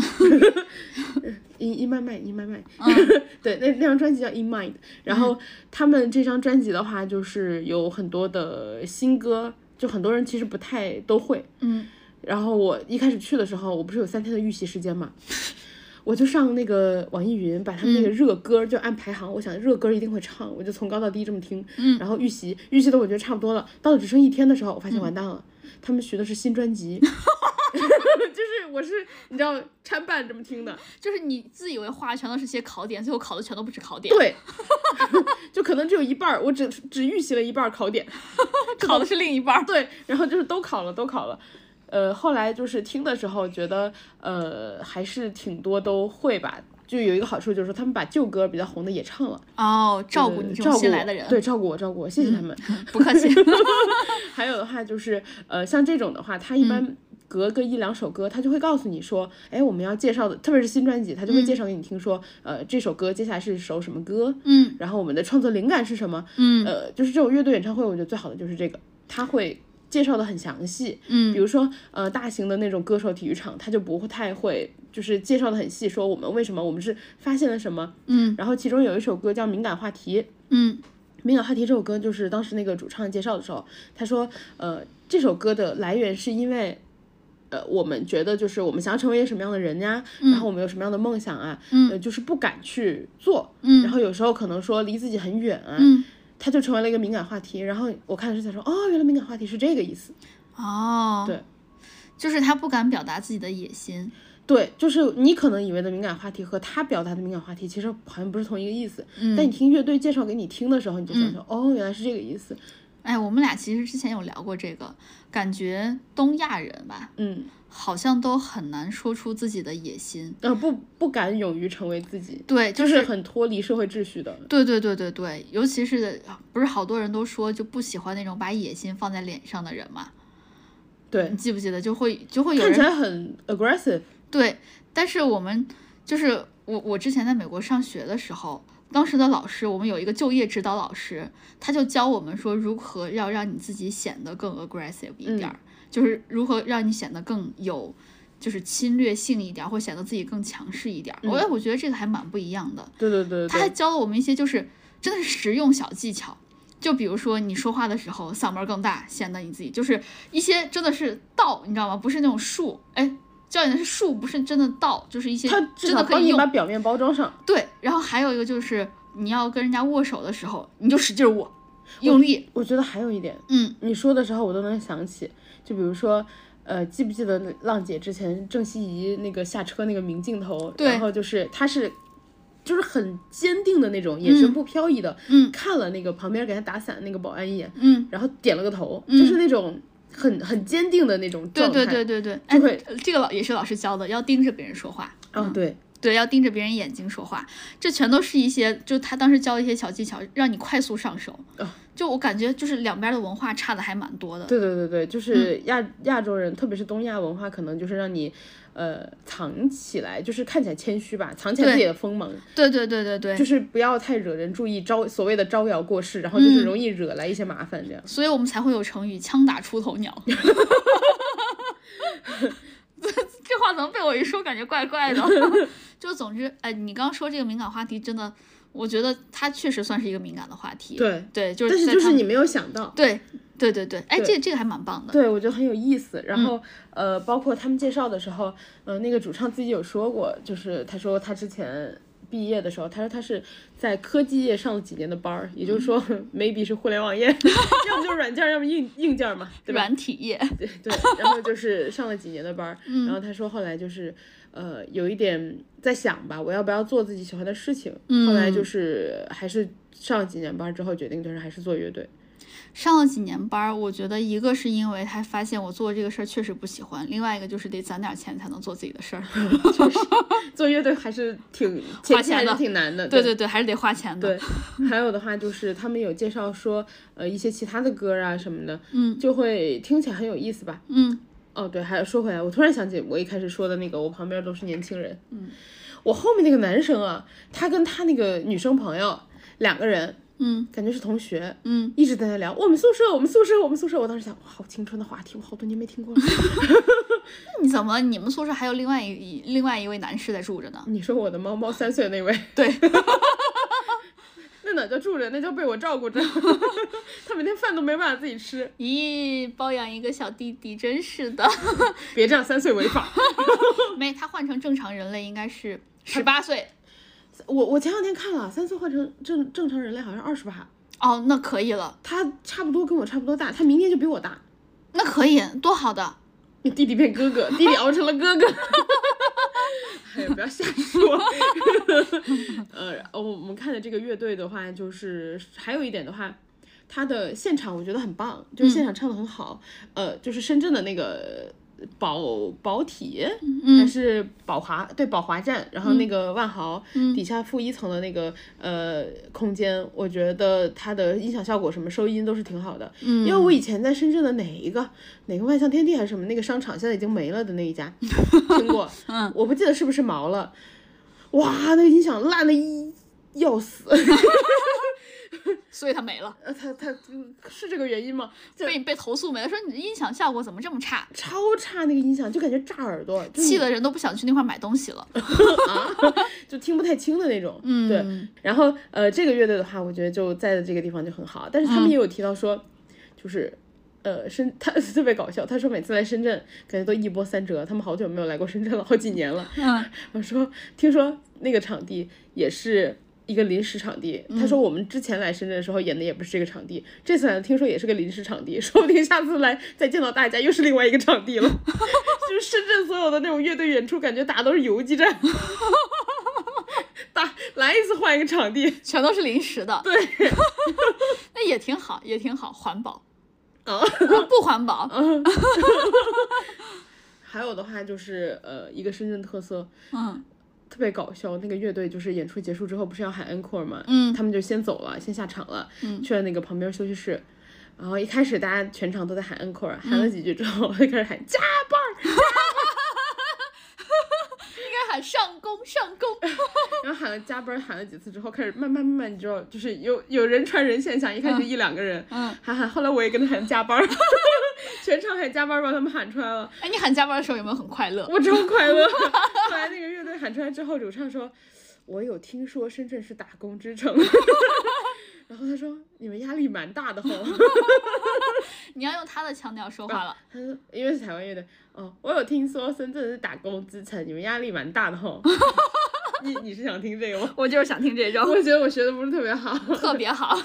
[SPEAKER 1] ，In In My Mind In My Mind，嗯、对，那那张专辑叫 In Mind， 然后他们这张专辑的话，就是有很多的新歌，就很多人其实不太都会，
[SPEAKER 2] 嗯，
[SPEAKER 1] 然后我一开始去的时候，我不是有三天的预习时间嘛。我就上那个网易云，把他们那个热歌就按排行，我想热歌一定会唱，我就从高到低这么听，
[SPEAKER 2] 嗯，
[SPEAKER 1] 然后预习预习的我觉得差不多了，到了只剩一天的时候，我发现完蛋了，嗯、他们学的是新专辑，就是我是你知道参半这么听的，
[SPEAKER 2] 就是你自以为画全都是些考点，最后考的全都不是考点，
[SPEAKER 1] 对，就可能只有一半，我只只预习了一半考点，
[SPEAKER 2] 考的是另一半，
[SPEAKER 1] 对，然后就是都考了，都考了。呃，后来就是听的时候觉得，呃，还是挺多都会吧。就有一个好处就是说，他们把旧歌比较红的也唱了。
[SPEAKER 2] 哦，照顾你这种新来的人。
[SPEAKER 1] 对，照顾我，照顾我，谢谢他们。
[SPEAKER 2] 嗯、不客气。
[SPEAKER 1] 还有的话就是，呃，像这种的话，他一般隔个一两首歌，他就会告诉你说，哎，我们要介绍的，特别是新专辑，他就会介绍给你听说，嗯、呃，这首歌接下来是首什么歌，
[SPEAKER 2] 嗯，
[SPEAKER 1] 然后我们的创作灵感是什么，
[SPEAKER 2] 嗯，
[SPEAKER 1] 呃，就是这种乐队演唱会，我觉得最好的就是这个，他会。介绍的很详细，
[SPEAKER 2] 嗯，
[SPEAKER 1] 比如说呃大型的那种歌手体育场，他就不会太会，就是介绍的很细，说我们为什么，我们是发现了什么，
[SPEAKER 2] 嗯，
[SPEAKER 1] 然后其中有一首歌叫《敏感话题》，
[SPEAKER 2] 嗯，
[SPEAKER 1] 敏感话题这首歌就是当时那个主唱介绍的时候，他说呃这首歌的来源是因为。呃，我们觉得就是我们想要成为一个什么样的人呀、
[SPEAKER 2] 嗯，
[SPEAKER 1] 然后我们有什么样的梦想啊，
[SPEAKER 2] 嗯，
[SPEAKER 1] 呃，就是不敢去做，
[SPEAKER 2] 嗯，
[SPEAKER 1] 然后有时候可能说离自己很远啊，
[SPEAKER 2] 嗯，
[SPEAKER 1] 它就成为了一个敏感话题。然后我看的是才说，哦，原来敏感话题是这个意思。
[SPEAKER 2] 哦，
[SPEAKER 1] 对，
[SPEAKER 2] 就是他不敢表达自己的野心。
[SPEAKER 1] 对，就是你可能以为的敏感话题和他表达的敏感话题其实好像不是同一个意思。
[SPEAKER 2] 嗯，
[SPEAKER 1] 但你听乐队介绍给你听的时候，你就想说，嗯、哦，原来是这个意思。
[SPEAKER 2] 哎，我们俩其实之前有聊过这个，感觉东亚人吧，
[SPEAKER 1] 嗯，
[SPEAKER 2] 好像都很难说出自己的野心，
[SPEAKER 1] 呃，不不敢勇于成为自己，
[SPEAKER 2] 对，
[SPEAKER 1] 就、就是很脱离社会秩序的。
[SPEAKER 2] 对对对对对，尤其是不是好多人都说就不喜欢那种把野心放在脸上的人嘛？
[SPEAKER 1] 对，
[SPEAKER 2] 你记不记得就会就会有人
[SPEAKER 1] 看起来很 aggressive。
[SPEAKER 2] 对，但是我们就是我我之前在美国上学的时候。当时的老师，我们有一个就业指导老师，他就教我们说如何要让你自己显得更 aggressive 一点、嗯、就是如何让你显得更有就是侵略性一点，或显得自己更强势一点。我、嗯、我觉得这个还蛮不一样的。
[SPEAKER 1] 对对 对, 对，
[SPEAKER 2] 他还教了我们一些就是真的是实用小技巧，就比如说你说话的时候嗓门更大，显得你自己就是一些真的是道，你知道吗？不是那种术，哎。教你的是术，不是真的道，就是一些真的可以用。
[SPEAKER 1] 把表面包装上。
[SPEAKER 2] 对，然后还有一个就是你要跟人家握手的时候，你就使劲握，用力。
[SPEAKER 1] 我觉得还有一点，
[SPEAKER 2] 嗯，
[SPEAKER 1] 你说的时候我都能想起，就比如说，呃，记不记得浪姐之前郑希怡那个下车那个明镜头，
[SPEAKER 2] 对，
[SPEAKER 1] 然后就是她是，就是很坚定的那种，眼神不飘逸的，
[SPEAKER 2] 嗯，
[SPEAKER 1] 看了那个旁边给他打伞那个保安一眼，
[SPEAKER 2] 嗯，
[SPEAKER 1] 然后点了个头，
[SPEAKER 2] 嗯、
[SPEAKER 1] 就是那种。很很坚定的那种状态，
[SPEAKER 2] 对对对对对，
[SPEAKER 1] 就会、
[SPEAKER 2] 哎、这个老也是老师教的，要盯着别人说话。
[SPEAKER 1] 嗯，对
[SPEAKER 2] 对，要盯着别人眼睛说话，这全都是一些，就他当时教的一些小技巧，让你快速上手。
[SPEAKER 1] 哦、
[SPEAKER 2] 就我感觉就是两边的文化差的还蛮多的。
[SPEAKER 1] 对对对对，就是亚、嗯、亚洲人，特别是东亚文化，可能就是让你。呃，藏起来就是看起来谦虚吧，藏起来自己的锋芒。
[SPEAKER 2] 对对对对对，
[SPEAKER 1] 就是不要太惹人注意，招所谓的招摇过市，然后就是容易惹来一些麻烦，这样、嗯。
[SPEAKER 2] 所以我们才会有成语“枪打出头鸟”。这话怎么被我一说，感觉怪怪的？就总之，哎，你刚刚说这个敏感话题，真的，我觉得它确实算是一个敏感的话题。
[SPEAKER 1] 对
[SPEAKER 2] 对，就是。
[SPEAKER 1] 但是就是你没有想到。
[SPEAKER 2] 对。对对对，哎，这这个还蛮棒的。
[SPEAKER 1] 对，我觉得很有意思。然后、嗯、呃，包括他们介绍的时候，呃，那个主唱自己有说过，就是他说他之前毕业的时候，他说他是在科技业上了几年的班儿，也就是说、嗯、maybe 是互联网业，要么就是软件，要么硬硬件嘛，对吧？
[SPEAKER 2] 软体业。
[SPEAKER 1] 对对，然后就是上了几年的班儿、嗯，然后他说后来就是呃有一点在想吧，我要不要做自己喜欢的事情？
[SPEAKER 2] 嗯、
[SPEAKER 1] 后来就是还是上了几年班之后，决定就是还是做乐队。
[SPEAKER 2] 上了几年班，我觉得一个是因为他发现我做这个事儿确实不喜欢，另外一个就是得攒点钱才能做自己的事儿。
[SPEAKER 1] 确实，做乐队还是挺
[SPEAKER 2] 花钱的，
[SPEAKER 1] 挺难的。
[SPEAKER 2] 对对对，还是得花钱
[SPEAKER 1] 的。对，还有的话就是他们有介绍说，呃，一些其他的歌啊什么的，
[SPEAKER 2] 嗯，
[SPEAKER 1] 就会听起来很有意思吧。
[SPEAKER 2] 嗯，
[SPEAKER 1] 哦对，还有说回来，我突然想起我一开始说的那个，我旁边都是年轻人。
[SPEAKER 2] 嗯，
[SPEAKER 1] 我后面那个男生啊，他跟他那个女生朋友两个人。
[SPEAKER 2] 嗯，
[SPEAKER 1] 感觉是同学，
[SPEAKER 2] 嗯，
[SPEAKER 1] 一直在那聊我们宿舍，我们宿舍，我们宿舍。我当时想，哇，好青春的话题，我好多年没听过了。
[SPEAKER 2] 你怎么你们宿舍还有另外一另外一位男士在住着呢？
[SPEAKER 1] 你说我的猫猫三岁那位？
[SPEAKER 2] 对。
[SPEAKER 1] 那哪叫住着，那叫被我照顾着。他每天饭都没办法自己吃。
[SPEAKER 2] 咦，包养一个小弟弟，真是的。
[SPEAKER 1] 别这样，三岁违法。
[SPEAKER 2] 没，他换成正常人类应该是十八岁。
[SPEAKER 1] 我我前两天看了，三岁换成正正常人类好像二十八。
[SPEAKER 2] 哦，那可以了。
[SPEAKER 1] 他差不多跟我差不多大，他明年就比我大。
[SPEAKER 2] 那可以，多好的。
[SPEAKER 1] 你弟弟变哥哥，弟弟熬成了哥哥。哎呀，不要瞎说。呃，我们看的这个乐队的话，就是还有一点的话，他的现场我觉得很棒，就是现场唱的很好。嗯、呃，就是深圳的那个宝宝体、嗯、还是宝华，对，宝华站，然后那个万豪、嗯、底下负一层的那个呃空间，我觉得它的音响效果什么收音都是挺好的。嗯，因为我以前在深圳的哪一个哪个万象天地还是什么那个商场现在已经没了的那一家听过，嗯，我不记得是不是毛了。哇，那个音响烂的一要死。
[SPEAKER 2] 所以它没了。
[SPEAKER 1] 呃，它它是这个原因吗？
[SPEAKER 2] 被被投诉没了，说你的音响效果怎么这么差？
[SPEAKER 1] 超差，那个音响就感觉炸耳朵，
[SPEAKER 2] 气的人都不想去那块买东西了。
[SPEAKER 1] 啊，就听不太清的那种。嗯，对。然后呃，这个乐队的话，我觉得就在的这个地方就很好，但是他们也有提到说，嗯、就是呃深，他特别搞笑，他说每次来深圳感觉都一波三折，他们好久没有来过深圳了，好几年了。嗯，我说听说那个场地也是一个临时场地，他说我们之前来深圳的时候演的也不是这个场地，嗯、这次来听说也是个临时场地，说不定下次来再见到大家又是另外一个场地了。就是深圳所有的那种乐队演出，感觉打都是游击战，打来一次换一个场地，
[SPEAKER 2] 全都是临时的。
[SPEAKER 1] 对，
[SPEAKER 2] 那也挺好，也挺好，环保。
[SPEAKER 1] 啊，
[SPEAKER 2] 不环保。
[SPEAKER 1] 还有的话就是呃，一个深圳特色，嗯。特别搞笑，那个乐队就是演出结束之后不是要喊 encore 吗？嗯，他们就先走了，先下场了，嗯，去了那个旁边休息室，然后一开始大家全场都在喊 encore，、嗯、喊了几句之后就开始喊加班加班，
[SPEAKER 2] 应该喊上工上工，
[SPEAKER 1] 然后喊了加班喊了几次之后，开始慢慢慢慢，你知道，就是有有人传人现象，一开始一两个人，嗯，喊喊，后来我也跟着喊加班。全场喊加班把他们喊出来了。
[SPEAKER 2] 哎，你喊加班的时候有没有很快乐？
[SPEAKER 1] 我超快乐。后来那个乐队喊出来之后，主唱说：“我有听说深圳是打工之城。”然后他说：“你们压力蛮大的吼。”
[SPEAKER 2] 你要用他的腔调说话了。
[SPEAKER 1] 他说：“因为是台湾乐队，哦，我有听说深圳是打工之城，你们压力蛮大的吼。”你你是想听这个吗？
[SPEAKER 2] 我就是想听这种。
[SPEAKER 1] 我觉得我学的不是特别好。
[SPEAKER 2] 特别好。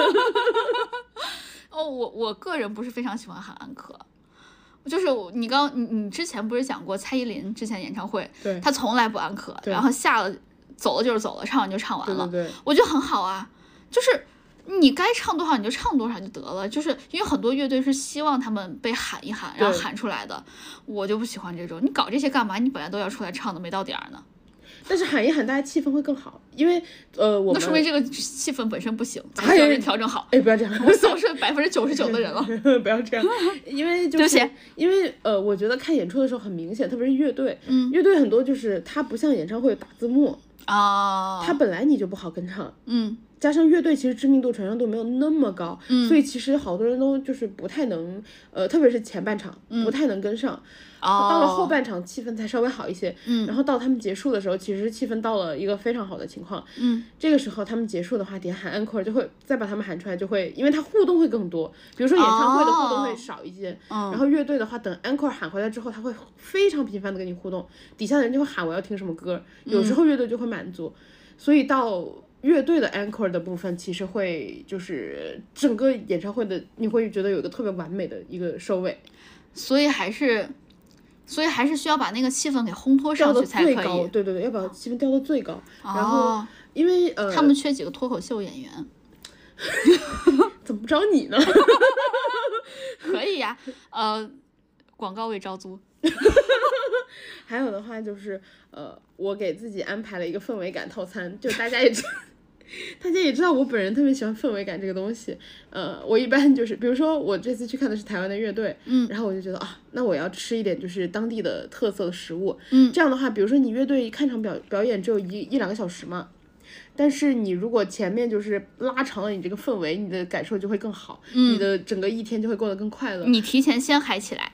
[SPEAKER 2] 哦，我我个人不是非常喜欢喊安可，就是你刚你你之前不是讲过蔡依林之前演唱会，
[SPEAKER 1] 对，
[SPEAKER 2] 她从来不安可，然后下了走了就是走了，唱完就唱完了，
[SPEAKER 1] 对对对，
[SPEAKER 2] 我觉得很好啊，就是你该唱多少你就唱多少就得了，就是因为很多乐队是希望他们被喊一喊，然后喊出来的，我就不喜欢这种，你搞这些干嘛？你本来都要出来唱的，没到点儿呢。
[SPEAKER 1] 但是喊一喊，大家气氛会更好，因为呃，我们
[SPEAKER 2] 那说明这个气氛本身不行，才需要人调整好。
[SPEAKER 1] 哎，不要这样，
[SPEAKER 2] 我扫是百分之九十九的人了，
[SPEAKER 1] 不要这样，因为就是，因为呃，我觉得看演出的时候很明显，特别是乐队，嗯，乐队很多就是它不像演唱会打字幕
[SPEAKER 2] 啊，
[SPEAKER 1] 它本来你就不好跟唱，
[SPEAKER 2] 嗯。
[SPEAKER 1] 加上乐队其实知名度传唱度没有那么高，嗯，所以其实好多人都就是不太能，呃，特别是前半场、嗯、不太能跟上，
[SPEAKER 2] 哦，
[SPEAKER 1] 到了后半场气氛才稍微好一些，嗯，然后到他们结束的时候，其实气氛到了一个非常好的情况，
[SPEAKER 2] 嗯，
[SPEAKER 1] 这个时候他们结束的话，底下喊 encore 就会再把他们喊出来，就会因为他互动会更多，比如说演唱会的互动会少一些，哦，然后乐队的话，等 encore 喊回来之后，他会非常频繁的跟你互动，底下的人就会喊我要听什么歌，有时候乐队就会满足，嗯，所以到乐队的 encore 的部分其实会就是整个演唱会的你会觉得有一个特别完美的一个收尾，
[SPEAKER 2] 所以还是所以还是需要把那个气氛给烘托上去才可以，
[SPEAKER 1] 对对对，要把气氛调到最高，哦，然后因为呃
[SPEAKER 2] 他们缺几个脱口秀演员。
[SPEAKER 1] 怎么不找你呢？
[SPEAKER 2] 可以呀，呃广告位招租。
[SPEAKER 1] 还有的话就是呃我给自己安排了一个氛围感套餐，就大家也知道大家也知道我本人特别喜欢氛围感这个东西，呃我一般就是比如说我这次去看的是台湾的乐队，嗯，然后我就觉得啊那我要吃一点就是当地的特色的食物，嗯，这样的话比如说你乐队看场表表演只有一一两个小时嘛，但是你如果前面就是拉长了你这个氛围，你的感受就会更好，嗯，你的整个一天就会过得更快乐，
[SPEAKER 2] 你提前先嗨起来。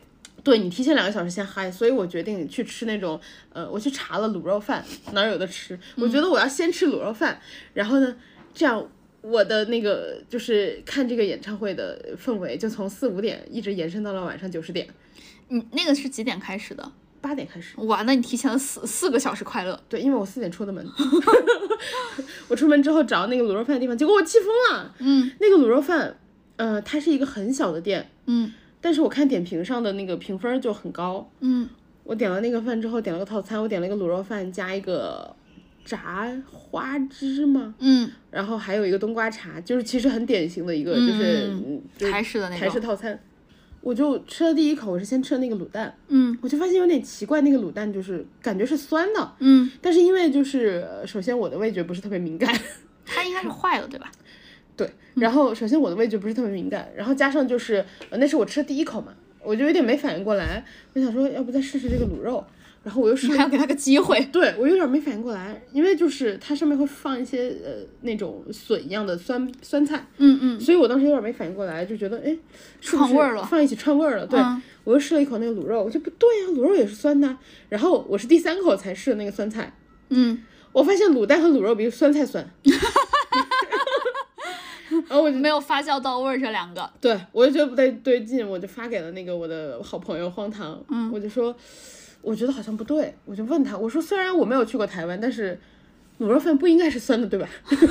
[SPEAKER 1] 对，你提前两个小时先嗨，所以我决定去吃那种，呃，我去查了卤肉饭哪儿有的吃，我觉得我要先吃卤肉饭，然后呢，这样我的那个就是看这个演唱会的氛围就从四五点一直延伸到了晚上九十点。
[SPEAKER 2] 你那个是几点开始的？
[SPEAKER 1] 八点开始。
[SPEAKER 2] 哇，那你提前了四四个小时快乐。
[SPEAKER 1] 对，因为我四点出的门，我出门之后找那个卤肉饭的地方，结果我气疯了。
[SPEAKER 2] 嗯，
[SPEAKER 1] 那个卤肉饭，呃，它是一个很小的店。
[SPEAKER 2] 嗯。
[SPEAKER 1] 但是我看点评上的那个评分就很高，
[SPEAKER 2] 嗯，
[SPEAKER 1] 我点了那个饭之后，点了个套餐，我点了一个卤肉饭加一个炸花枝嘛，
[SPEAKER 2] 嗯，
[SPEAKER 1] 然后还有一个冬瓜茶，就是其实很典型的一个，就是、
[SPEAKER 2] 嗯、
[SPEAKER 1] 就是
[SPEAKER 2] 台式的那种
[SPEAKER 1] 台式套餐。我就吃了第一口，我是先吃了那个卤蛋，
[SPEAKER 2] 嗯，
[SPEAKER 1] 我就发现有点奇怪，那个卤蛋就是感觉是酸的，
[SPEAKER 2] 嗯，
[SPEAKER 1] 但是因为就是首先我的味觉不是特别敏感，
[SPEAKER 2] 它应该是坏了对吧？
[SPEAKER 1] 对，然后首先我的味觉不是特别敏感，然后加上就是呃那是我吃的第一口嘛，我就有点没反应过来，我想说要不再试试这个卤肉，然后我又试了，
[SPEAKER 2] 还要给他个机会，
[SPEAKER 1] 对我有点没反应过来，因为就是它上面会放一些呃那种笋一样的酸酸菜，
[SPEAKER 2] 嗯嗯，
[SPEAKER 1] 所以我当时有点没反应过来，就觉得哎
[SPEAKER 2] 串味儿了，
[SPEAKER 1] 放一起串味儿了，对、嗯、我又试了一口那个卤肉，我就不对呀、啊，卤肉也是酸的，然后我是第三口才试的那个酸菜，
[SPEAKER 2] 嗯，
[SPEAKER 1] 我发现卤蛋和卤肉比酸菜酸。然后我就
[SPEAKER 2] 没有发酵到味儿，这两个，
[SPEAKER 1] 对我就觉得不太对劲，我就发给了那个我的好朋友荒唐，
[SPEAKER 2] 嗯，
[SPEAKER 1] 我就说我觉得好像不对，我就问他，我说虽然我没有去过台湾，但是卤肉饭不应该是酸的对吧？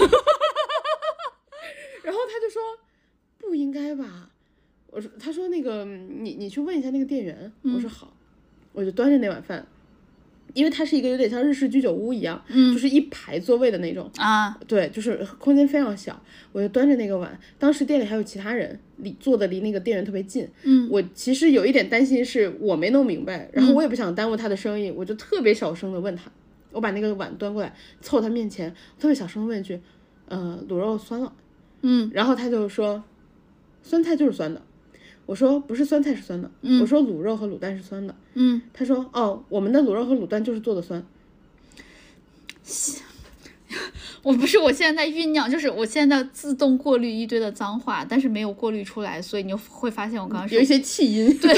[SPEAKER 1] 然后他就说不应该吧，我说他说那个你你去问一下那个店员，
[SPEAKER 2] 嗯、
[SPEAKER 1] 我说好，我就端着那碗饭。因为它是一个有点像日式居酒屋一样，
[SPEAKER 2] 嗯，
[SPEAKER 1] 就是一排座位的那种
[SPEAKER 2] 啊，
[SPEAKER 1] 对，就是空间非常小，我就端着那个碗，当时店里还有其他人，离坐的离那个店员特别近，
[SPEAKER 2] 嗯，
[SPEAKER 1] 我其实有一点担心是我没弄明白，然后我也不想耽误他的生意，嗯、我就特别小声的问他，我把那个碗端过来凑他面前，特别小声的问一句，呃，卤肉酸了，
[SPEAKER 2] 嗯，
[SPEAKER 1] 然后他就说，酸菜就是酸的。我说不是酸菜是酸的，
[SPEAKER 2] 嗯、
[SPEAKER 1] 我说卤肉和卤蛋是酸的，
[SPEAKER 2] 嗯，
[SPEAKER 1] 他说哦，我们的卤肉和卤蛋就是做的酸。
[SPEAKER 2] 我不是，我现在在酝酿，就是我现在自动过滤一堆的脏话，但是没有过滤出来，所以你就会发现我刚刚
[SPEAKER 1] 有一些气音。
[SPEAKER 2] 对，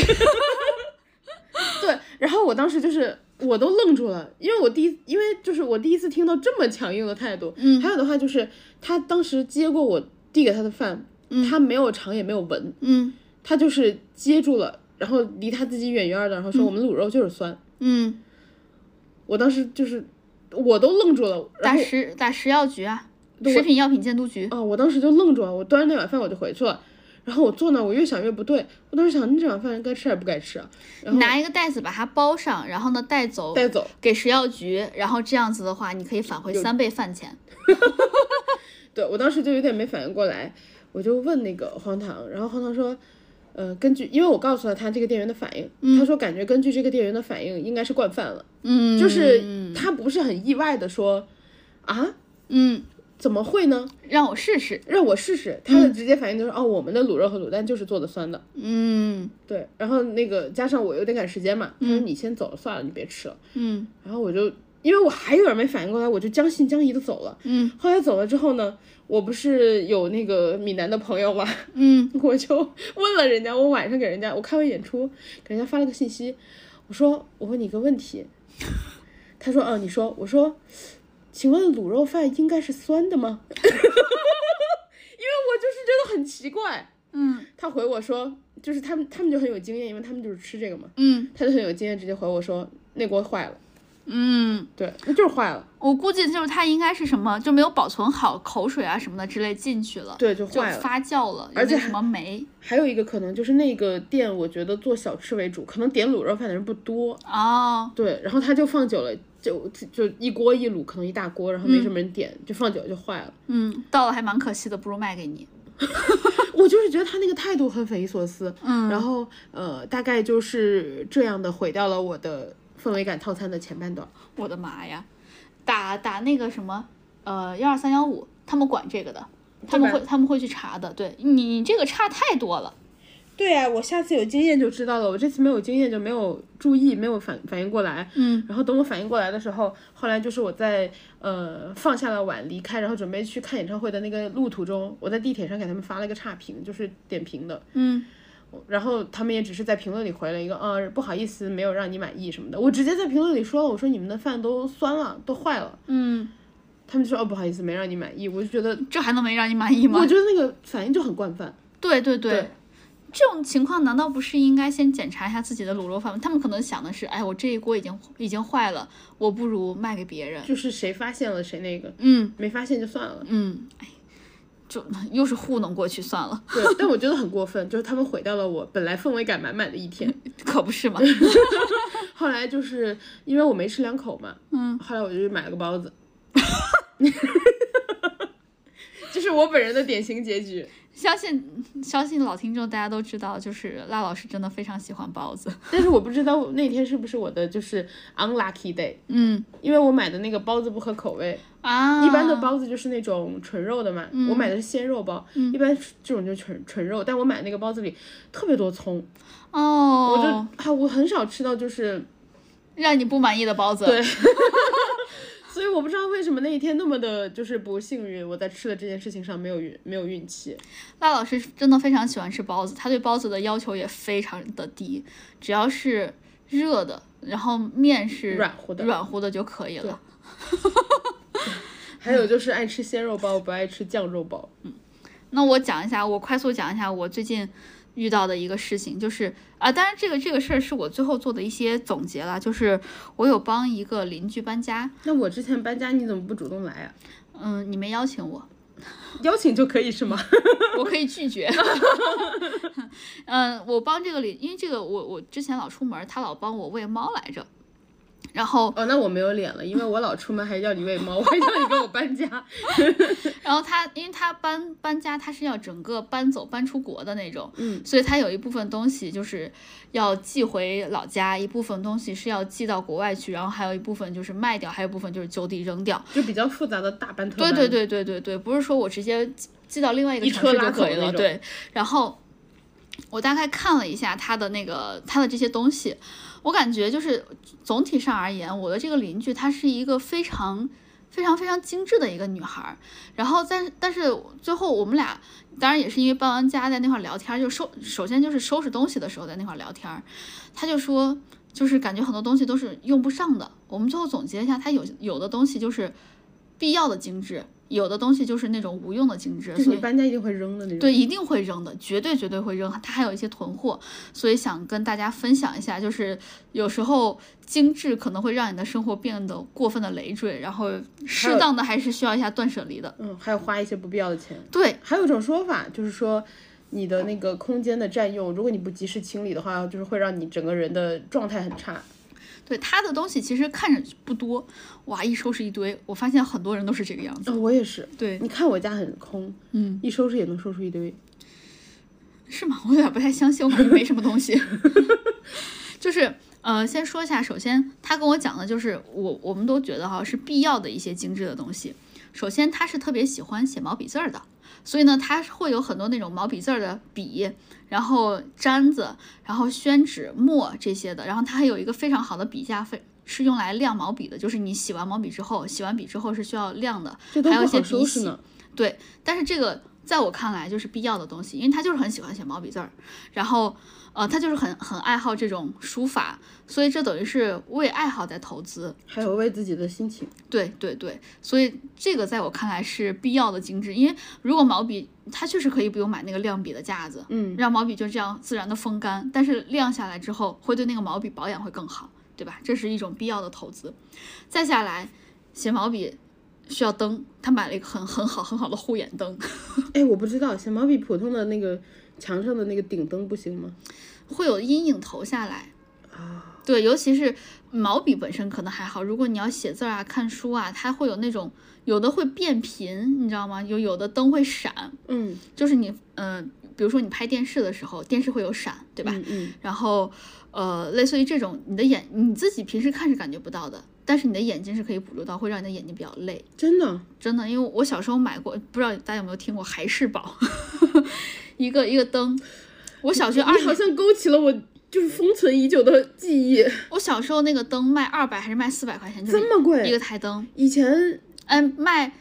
[SPEAKER 1] 对，然后我当时就是我都愣住了，因为我第一，因为就是我第一次听到这么强硬的态度。
[SPEAKER 2] 嗯，
[SPEAKER 1] 还有的话就是他当时接过我递给他的饭，
[SPEAKER 2] 嗯、
[SPEAKER 1] 他没有尝也没有闻，
[SPEAKER 2] 嗯。
[SPEAKER 1] 他就是接住了，然后离他自己远远的，然后说我们卤肉就是酸。
[SPEAKER 2] 嗯，
[SPEAKER 1] 我当时就是我都愣住了。
[SPEAKER 2] 打食打食药局啊，食品药品监督局。
[SPEAKER 1] 啊、哦，我当时就愣住了，我端着那碗饭我就回去了。然后我坐那，我越想越不对，我当时想，你这碗饭该吃还是不该吃啊？然后
[SPEAKER 2] 拿一个袋子把它包上，然后呢带走，
[SPEAKER 1] 带走
[SPEAKER 2] 给食药局，然后这样子的话，你可以返回三倍饭钱。
[SPEAKER 1] 对，我当时就有点没反应过来，我就问那个荒唐，然后荒唐说。呃，根据因为我告诉了他这个店员的反应，
[SPEAKER 2] 嗯、
[SPEAKER 1] 他说感觉根据这个店员的反应应该是惯犯了，
[SPEAKER 2] 嗯，
[SPEAKER 1] 就是他不是很意外的说，啊，
[SPEAKER 2] 嗯，
[SPEAKER 1] 怎么会呢？
[SPEAKER 2] 让我试试，
[SPEAKER 1] 让我试试，他的直接反应就是、嗯、哦，我们的卤肉和卤蛋就是做的酸的，
[SPEAKER 2] 嗯，
[SPEAKER 1] 对，然后那个加上我有点赶时间嘛，他说你先走了算了，你别吃了，
[SPEAKER 2] 嗯，
[SPEAKER 1] 然后我就因为我还有点没反应过来，我就将信将疑的走了，
[SPEAKER 2] 嗯，
[SPEAKER 1] 后来走了之后呢。我不是有那个闽南的朋友吗？
[SPEAKER 2] 嗯，
[SPEAKER 1] 我就问了人家，我晚上给人家，我看完演出，给人家发了个信息，我说我问你一个问题，他说啊，你说，我说，请问卤肉饭应该是酸的吗？因为我就是觉得很奇怪。
[SPEAKER 2] 嗯，
[SPEAKER 1] 他回我说，就是他们他们就很有经验，因为他们就是吃这个嘛。
[SPEAKER 2] 嗯，
[SPEAKER 1] 他就很有经验，直接回我说那锅坏了。
[SPEAKER 2] 嗯，
[SPEAKER 1] 对，那就是坏了。
[SPEAKER 2] 我估计就是它应该是什么，就没有保存好，口水啊什么的之类进去了，
[SPEAKER 1] 对，就坏了，
[SPEAKER 2] 就发酵了，
[SPEAKER 1] 而且
[SPEAKER 2] 什么酶。
[SPEAKER 1] 还有一个可能就是那个店，我觉得做小吃为主，可能点卤肉饭的人不多
[SPEAKER 2] 哦。
[SPEAKER 1] 对，然后他就放久了，就就一锅一卤，可能一大锅，然后没什么人点，嗯、就放久了就坏了。
[SPEAKER 2] 嗯，到了还蛮可惜的，不如卖给你。
[SPEAKER 1] 我就是觉得他那个态度很匪夷所思。
[SPEAKER 2] 嗯，
[SPEAKER 1] 然后呃，大概就是这样的毁掉了我的。氛围感套餐的前半段，
[SPEAKER 2] 我的妈呀，打打那个什么，呃，幺二三幺五，他们管这个的，他们会他们会去查的。对你，你这个差太多了。
[SPEAKER 1] 对啊，我下次有经验就知道了，我这次没有经验就没有注意，没有反反应过来。
[SPEAKER 2] 嗯，
[SPEAKER 1] 然后等我反应过来的时候，后来就是我在呃放下了碗离开，然后准备去看演唱会的那个路途中，我在地铁上给他们发了个差评，就是点评的。
[SPEAKER 2] 嗯。
[SPEAKER 1] 然后他们也只是在评论里回了一个，呃，不好意思，没有让你满意什么的。我直接在评论里说，我说你们的饭都酸了，都坏了。
[SPEAKER 2] 嗯，
[SPEAKER 1] 他们就说，哦，不好意思，没让你满意。我就觉得
[SPEAKER 2] 这还能没让你满意吗？
[SPEAKER 1] 我觉得那个反应就很惯犯。
[SPEAKER 2] 对对对。
[SPEAKER 1] 对
[SPEAKER 2] 这种情况难道不是应该先检查一下自己的卤肉饭吗？他们可能想的是，哎，我这一锅已经已经坏了，我不如卖给别人。
[SPEAKER 1] 就是谁发现了谁那个，
[SPEAKER 2] 嗯，
[SPEAKER 1] 没发现就算了。
[SPEAKER 2] 嗯，哎，就又是糊弄过去算了。
[SPEAKER 1] 对，但我觉得很过分，就是他们毁掉了我本来氛围感满满的一天。
[SPEAKER 2] 可不是嘛。
[SPEAKER 1] 后来就是因为我没吃两口嘛，
[SPEAKER 2] 嗯，
[SPEAKER 1] 后来我就去买了个包子。这是我本人的典型结局。
[SPEAKER 2] 相信相信老听众大家都知道，就是辣老师真的非常喜欢包子。
[SPEAKER 1] 但是我不知道那天是不是我的就是 unlucky day。
[SPEAKER 2] 嗯，
[SPEAKER 1] 因为我买的那个包子不合口味
[SPEAKER 2] 啊。
[SPEAKER 1] 一般的包子就是那种纯肉的嘛，
[SPEAKER 2] 嗯、
[SPEAKER 1] 我买的是鲜肉包，
[SPEAKER 2] 嗯、
[SPEAKER 1] 一般这种就纯纯肉，但我买那个包子里特别多葱。
[SPEAKER 2] 哦。
[SPEAKER 1] 我就啊，我很少吃到就是
[SPEAKER 2] 让你不满意的包子。
[SPEAKER 1] 对。所以我不知道为什么那一天那么的就是不幸运，我在吃的这件事情上没有运没有运气。
[SPEAKER 2] 辣老师真的非常喜欢吃包子，他对包子的要求也非常的低，只要是热的，然后面是
[SPEAKER 1] 软乎的
[SPEAKER 2] 软乎的就可以了。
[SPEAKER 1] 还有就是爱吃鲜肉包，不爱吃酱肉包。
[SPEAKER 2] 嗯，那我讲一下，我快速讲一下我最近遇到的一个事情，就是啊，当然这个这个事儿是我最后做的一些总结了，就是我有帮一个邻居搬家。
[SPEAKER 1] 那我之前搬家你怎么不主动来啊？
[SPEAKER 2] 嗯，你没邀请我。
[SPEAKER 1] 邀请就可以是吗？
[SPEAKER 2] 我可以拒绝。嗯，我帮这个邻，因为这个我我之前老出门，他老帮我喂猫来着。然后
[SPEAKER 1] 哦，那我没有脸了，因为我老出门还要你喂猫，我还叫你跟我搬家。
[SPEAKER 2] 然后他，因为他搬搬家，他是要整个搬走、搬出国的那种，
[SPEAKER 1] 嗯，
[SPEAKER 2] 所以他有一部分东西就是要寄回老家，一部分东西是要寄到国外去，然后还有一部分就是卖掉，还有一部分就是就地扔掉，
[SPEAKER 1] 就比较复杂的大搬特搬。
[SPEAKER 2] 对对对对对对，不是说我直接寄到另外一个城市就可以了，对。然后我大概看了一下他的那个他的这些东西。我感觉就是总体上而言，我的这个邻居她是一个非常非常非常精致的一个女孩。然后但但是最后我们俩当然也是因为搬完家在那块聊天，就收首先就是收拾东西的时候在那块聊天，她就说就是感觉很多东西都是用不上的。我们最后总结一下，她有有的东西就是必要的精致，有的东西就是那种无用的精致，
[SPEAKER 1] 就是你搬家一定会扔的那种。
[SPEAKER 2] 对，一定会扔的，绝对绝对会扔。它还有一些囤货，所以想跟大家分享一下，就是有时候精致可能会让你的生活变得过分的累赘，然后适当的还是需要一下断舍离的。
[SPEAKER 1] 嗯，还有花一些不必要的钱。
[SPEAKER 2] 对，
[SPEAKER 1] 还有一种说法就是说，你的那个空间的占用，如果你不及时清理的话，就是会让你整个人的状态很差。
[SPEAKER 2] 对，他的东西其实看着不多，哇，一收拾一堆。我发现很多人都是这个样子。
[SPEAKER 1] 哦，我也是。
[SPEAKER 2] 对，
[SPEAKER 1] 你看我家很空，
[SPEAKER 2] 嗯，
[SPEAKER 1] 一收拾也能收拾一堆。
[SPEAKER 2] 是吗？我有点不太相信，我感觉没什么东西。就是呃，先说一下，首先他跟我讲的就是我我们都觉得哈是必要的一些精致的东西。首先，他是特别喜欢写毛笔字的，所以呢，他会有很多那种毛笔字的笔。然后砧子，然后宣纸、墨这些的，然后它还有一个非常好的笔架，非是用来晾毛笔的，就是你洗完毛笔之后，洗完笔之后是需要晾的，还有一些笔洗。对，但是这个在我看来就是必要的东西，因为他就是很喜欢写毛笔字儿，然后呃，他就是很很爱好这种书法，所以这等于是为爱好在投资，
[SPEAKER 1] 还有为自己的心情。
[SPEAKER 2] 对对对，所以这个在我看来是必要的精致，因为如果毛笔它确实可以不用买那个晾笔的架子，
[SPEAKER 1] 嗯，
[SPEAKER 2] 让毛笔就这样自然的风干，但是晾下来之后会对那个毛笔保养会更好，对吧？这是一种必要的投资。再下来，写毛笔需要灯，他买了一个很很好很好的护眼灯。
[SPEAKER 1] 哎，我不知道写毛笔普通的那个墙上的那个顶灯不行吗？
[SPEAKER 2] 会有阴影投下来
[SPEAKER 1] 啊。
[SPEAKER 2] 对，尤其是毛笔本身可能还好，如果你要写字啊、看书啊，它会有那种有的会变频，你知道吗？有有的灯会闪，
[SPEAKER 1] 嗯，
[SPEAKER 2] 就是你嗯、呃，比如说你拍电视的时候，电视会有闪，对吧？
[SPEAKER 1] 嗯嗯。
[SPEAKER 2] 然后呃，类似于这种，你的眼你自己平时看是感觉不到的，但是你的眼睛是可以捕捉到，会让你的眼睛比较累。
[SPEAKER 1] 真的，
[SPEAKER 2] 真的，因为我小时候买过，不知道大家有没有听过海事宝，一个一个灯。我小学二
[SPEAKER 1] 年，你好像勾起了我就是封存已久的记忆。
[SPEAKER 2] 我小时候那个灯卖二百还是卖四百块钱，
[SPEAKER 1] 这么贵
[SPEAKER 2] 一个台灯。
[SPEAKER 1] 以前
[SPEAKER 2] 嗯卖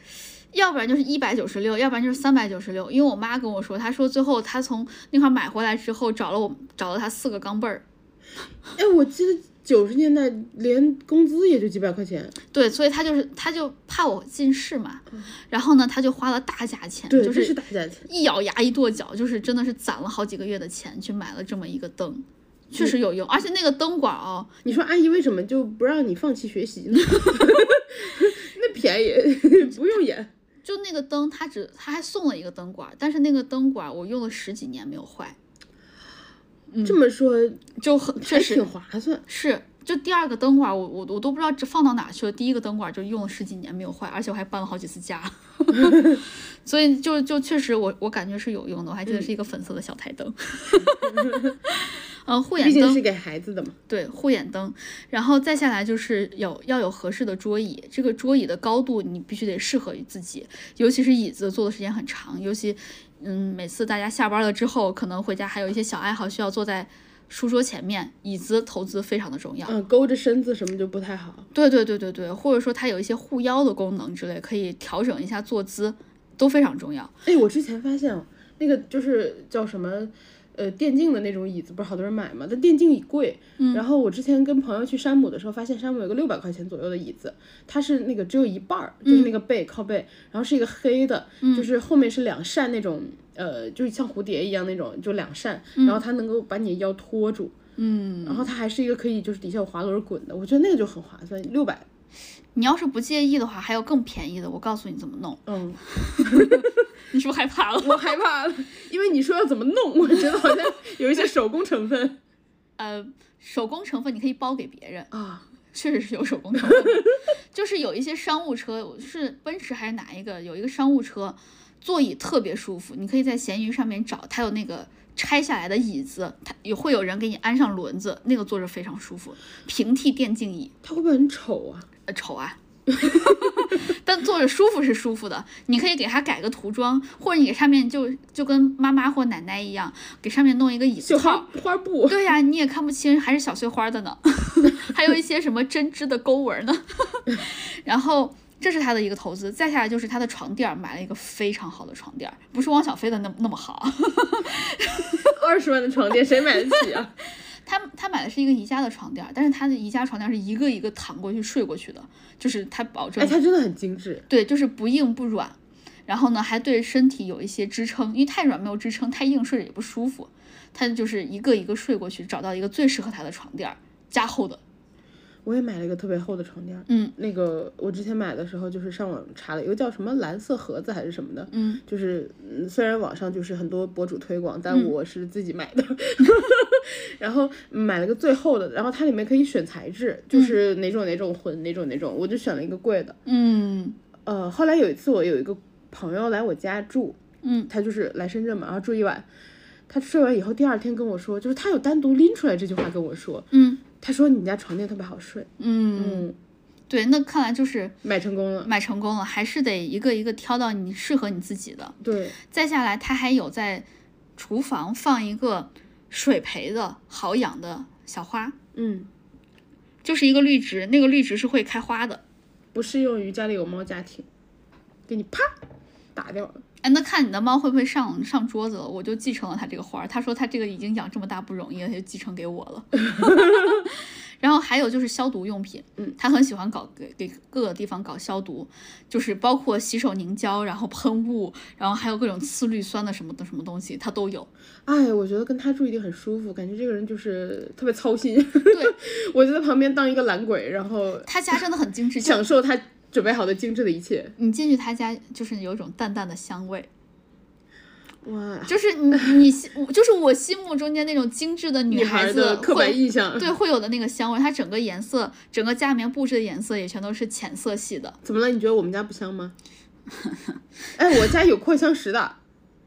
[SPEAKER 2] 要不然就是一百九十六，要不然就是三百九十六。因为我妈跟我说，她说最后她从那块买回来之后，找了我找了她四个钢镚儿。
[SPEAKER 1] 哎，我记得九十年代连工资也就几百块钱。
[SPEAKER 2] 对，所以她就是她就怕我近视嘛，嗯、然后呢，她就花了大价钱，
[SPEAKER 1] 对，
[SPEAKER 2] 就是
[SPEAKER 1] 大价钱，
[SPEAKER 2] 一咬牙一跺脚，就是真的是攒了好几个月的钱去买了这么一个灯。确实有用，而且那个灯管哦，
[SPEAKER 1] 你说阿姨为什么就不让你放弃学习呢？那便宜，不用演。
[SPEAKER 2] 就那个灯，他只他还送了一个灯管，但是那个灯管我用了十几年没有坏。
[SPEAKER 1] 嗯、这么说
[SPEAKER 2] 就很确实
[SPEAKER 1] 挺划算。
[SPEAKER 2] 是，就第二个灯管，我我我都不知道这放到哪去了。第一个灯管就用了十几年没有坏，而且我还搬了好几次家。所以就就确实我我感觉是有用的，我还记得是一个粉色的小台灯。呃，护眼灯
[SPEAKER 1] 毕竟是给孩子的嘛。
[SPEAKER 2] 对，护眼灯，然后再下来就是有要有合适的桌椅，这个桌椅的高度你必须得适合于自己，尤其是椅子坐的时间很长，尤其嗯每次大家下班了之后，可能回家还有一些小爱好需要坐在书桌前面，椅子投资非常的重要。
[SPEAKER 1] 嗯，勾着身子什么就不太好。
[SPEAKER 2] 对对对对对，或者说它有一些护腰的功能之类，可以调整一下坐姿，都非常重要。
[SPEAKER 1] 哎，我之前发现那个就是叫什么。呃，电竞的那种椅子不是好多人买嘛？但电竞椅贵。嗯。然后我之前跟朋友去山姆的时候，发现山姆有个六百块钱左右的椅子，它是那个只有一半儿，就是那个背、嗯、靠背，然后是一个黑的，嗯、就是后面是两扇那种，呃，就是像蝴蝶一样那种，就两扇，嗯、然后它能够把你的腰托住。嗯。然后它还是一个可以就是底下有滑轮滚的，我觉得那个就很划算，六百。
[SPEAKER 2] 你要是不介意的话，还有更便宜的，我告诉你怎么弄。
[SPEAKER 1] 嗯。
[SPEAKER 2] 你是不是害怕了？
[SPEAKER 1] 我害怕了，因为你说要怎么弄，我觉得好像有一些手工成分。
[SPEAKER 2] 呃，手工成分你可以包给别人
[SPEAKER 1] 啊，
[SPEAKER 2] 确实是有手工成分的。就是有一些商务车，是奔驰还是哪一个？有一个商务车，座椅特别舒服，你可以在闲鱼上面找，它有那个拆下来的椅子，它也会有人给你安上轮子，那个坐着非常舒服。平替电竞椅，
[SPEAKER 1] 它会不会很丑啊？
[SPEAKER 2] 呃，丑啊。但坐着舒服是舒服的，你可以给它改个涂装，或者你给上面就就跟妈妈或奶奶一样，给上面弄一个椅子套，
[SPEAKER 1] 花布。
[SPEAKER 2] 对呀、啊，你也看不清，还是小碎花的呢，还有一些什么针织的钩纹呢。然后这是它的一个投资，再下来就是它的床垫，买了一个非常好的床垫，不是汪小菲的那那么好。
[SPEAKER 1] 二十万的床垫谁买得起啊？
[SPEAKER 2] 他他买的是一个宜家的床垫，但是他的宜家床垫是一个一个躺过去睡过去的，就是他保证，
[SPEAKER 1] 哎，它真的很精致，
[SPEAKER 2] 对，就是不硬不软，然后呢还对身体有一些支撑，因为太软没有支撑，太硬睡着也不舒服，他就是一个一个睡过去，找到一个最适合他的床垫，加厚的。
[SPEAKER 1] 我也买了一个特别厚的床垫，
[SPEAKER 2] 嗯，
[SPEAKER 1] 那个我之前买的时候就是上网查了一个叫什么蓝色盒子还是什么的，
[SPEAKER 2] 嗯，
[SPEAKER 1] 就是虽然网上就是很多博主推广，但我是自己买的，嗯、然后买了个最厚的，然后它里面可以选材质，就是哪种哪种混哪种哪种，我就选了一个贵的，
[SPEAKER 2] 嗯，
[SPEAKER 1] 呃，后来有一次我有一个朋友来我家住，
[SPEAKER 2] 嗯，
[SPEAKER 1] 他就是来深圳嘛，然后住一晚，他睡完以后第二天跟我说，就是他有单独拎出来这句话跟我说，
[SPEAKER 2] 嗯。
[SPEAKER 1] 他说你家床垫特别好睡，
[SPEAKER 2] 嗯嗯，对，那看来就是
[SPEAKER 1] 买成功了，
[SPEAKER 2] 买成功了，还是得一个一个挑到你适合你自己的。
[SPEAKER 1] 对，
[SPEAKER 2] 再下来，他还有在厨房放一个水培的好养的小花，
[SPEAKER 1] 嗯，
[SPEAKER 2] 就是一个绿植，那个绿植是会开花的，
[SPEAKER 1] 不适用于家里有猫家庭，给你啪打掉了。
[SPEAKER 2] 哎，那看你的猫会不会上上桌子了？我就继承了它这个花，他说他这个已经养这么大不容易了，他就继承给我了。然后还有就是消毒用品，
[SPEAKER 1] 嗯，
[SPEAKER 2] 他很喜欢搞给给各个地方搞消毒，就是包括洗手凝胶，然后喷雾，然后还有各种次氯酸的什么的什么东西，他都有。
[SPEAKER 1] 哎，我觉得跟他住一定很舒服，感觉这个人就是特别操心。
[SPEAKER 2] 对，
[SPEAKER 1] 我就在旁边当一个懒鬼，然后
[SPEAKER 2] 他家真的很精致，
[SPEAKER 1] 享受他准备好的精致的一切。
[SPEAKER 2] 你进去他家就是有一种淡淡的香味。
[SPEAKER 1] 哇，
[SPEAKER 2] 就是你你就是我心目中间那种精致的女孩子
[SPEAKER 1] 的刻板印象，
[SPEAKER 2] 对，会有的那个香味。它整个颜色，整个家里面布置的颜色也全都是浅色系的。
[SPEAKER 1] 怎么了？你觉得我们家不香吗？哎，我家有扩香石的，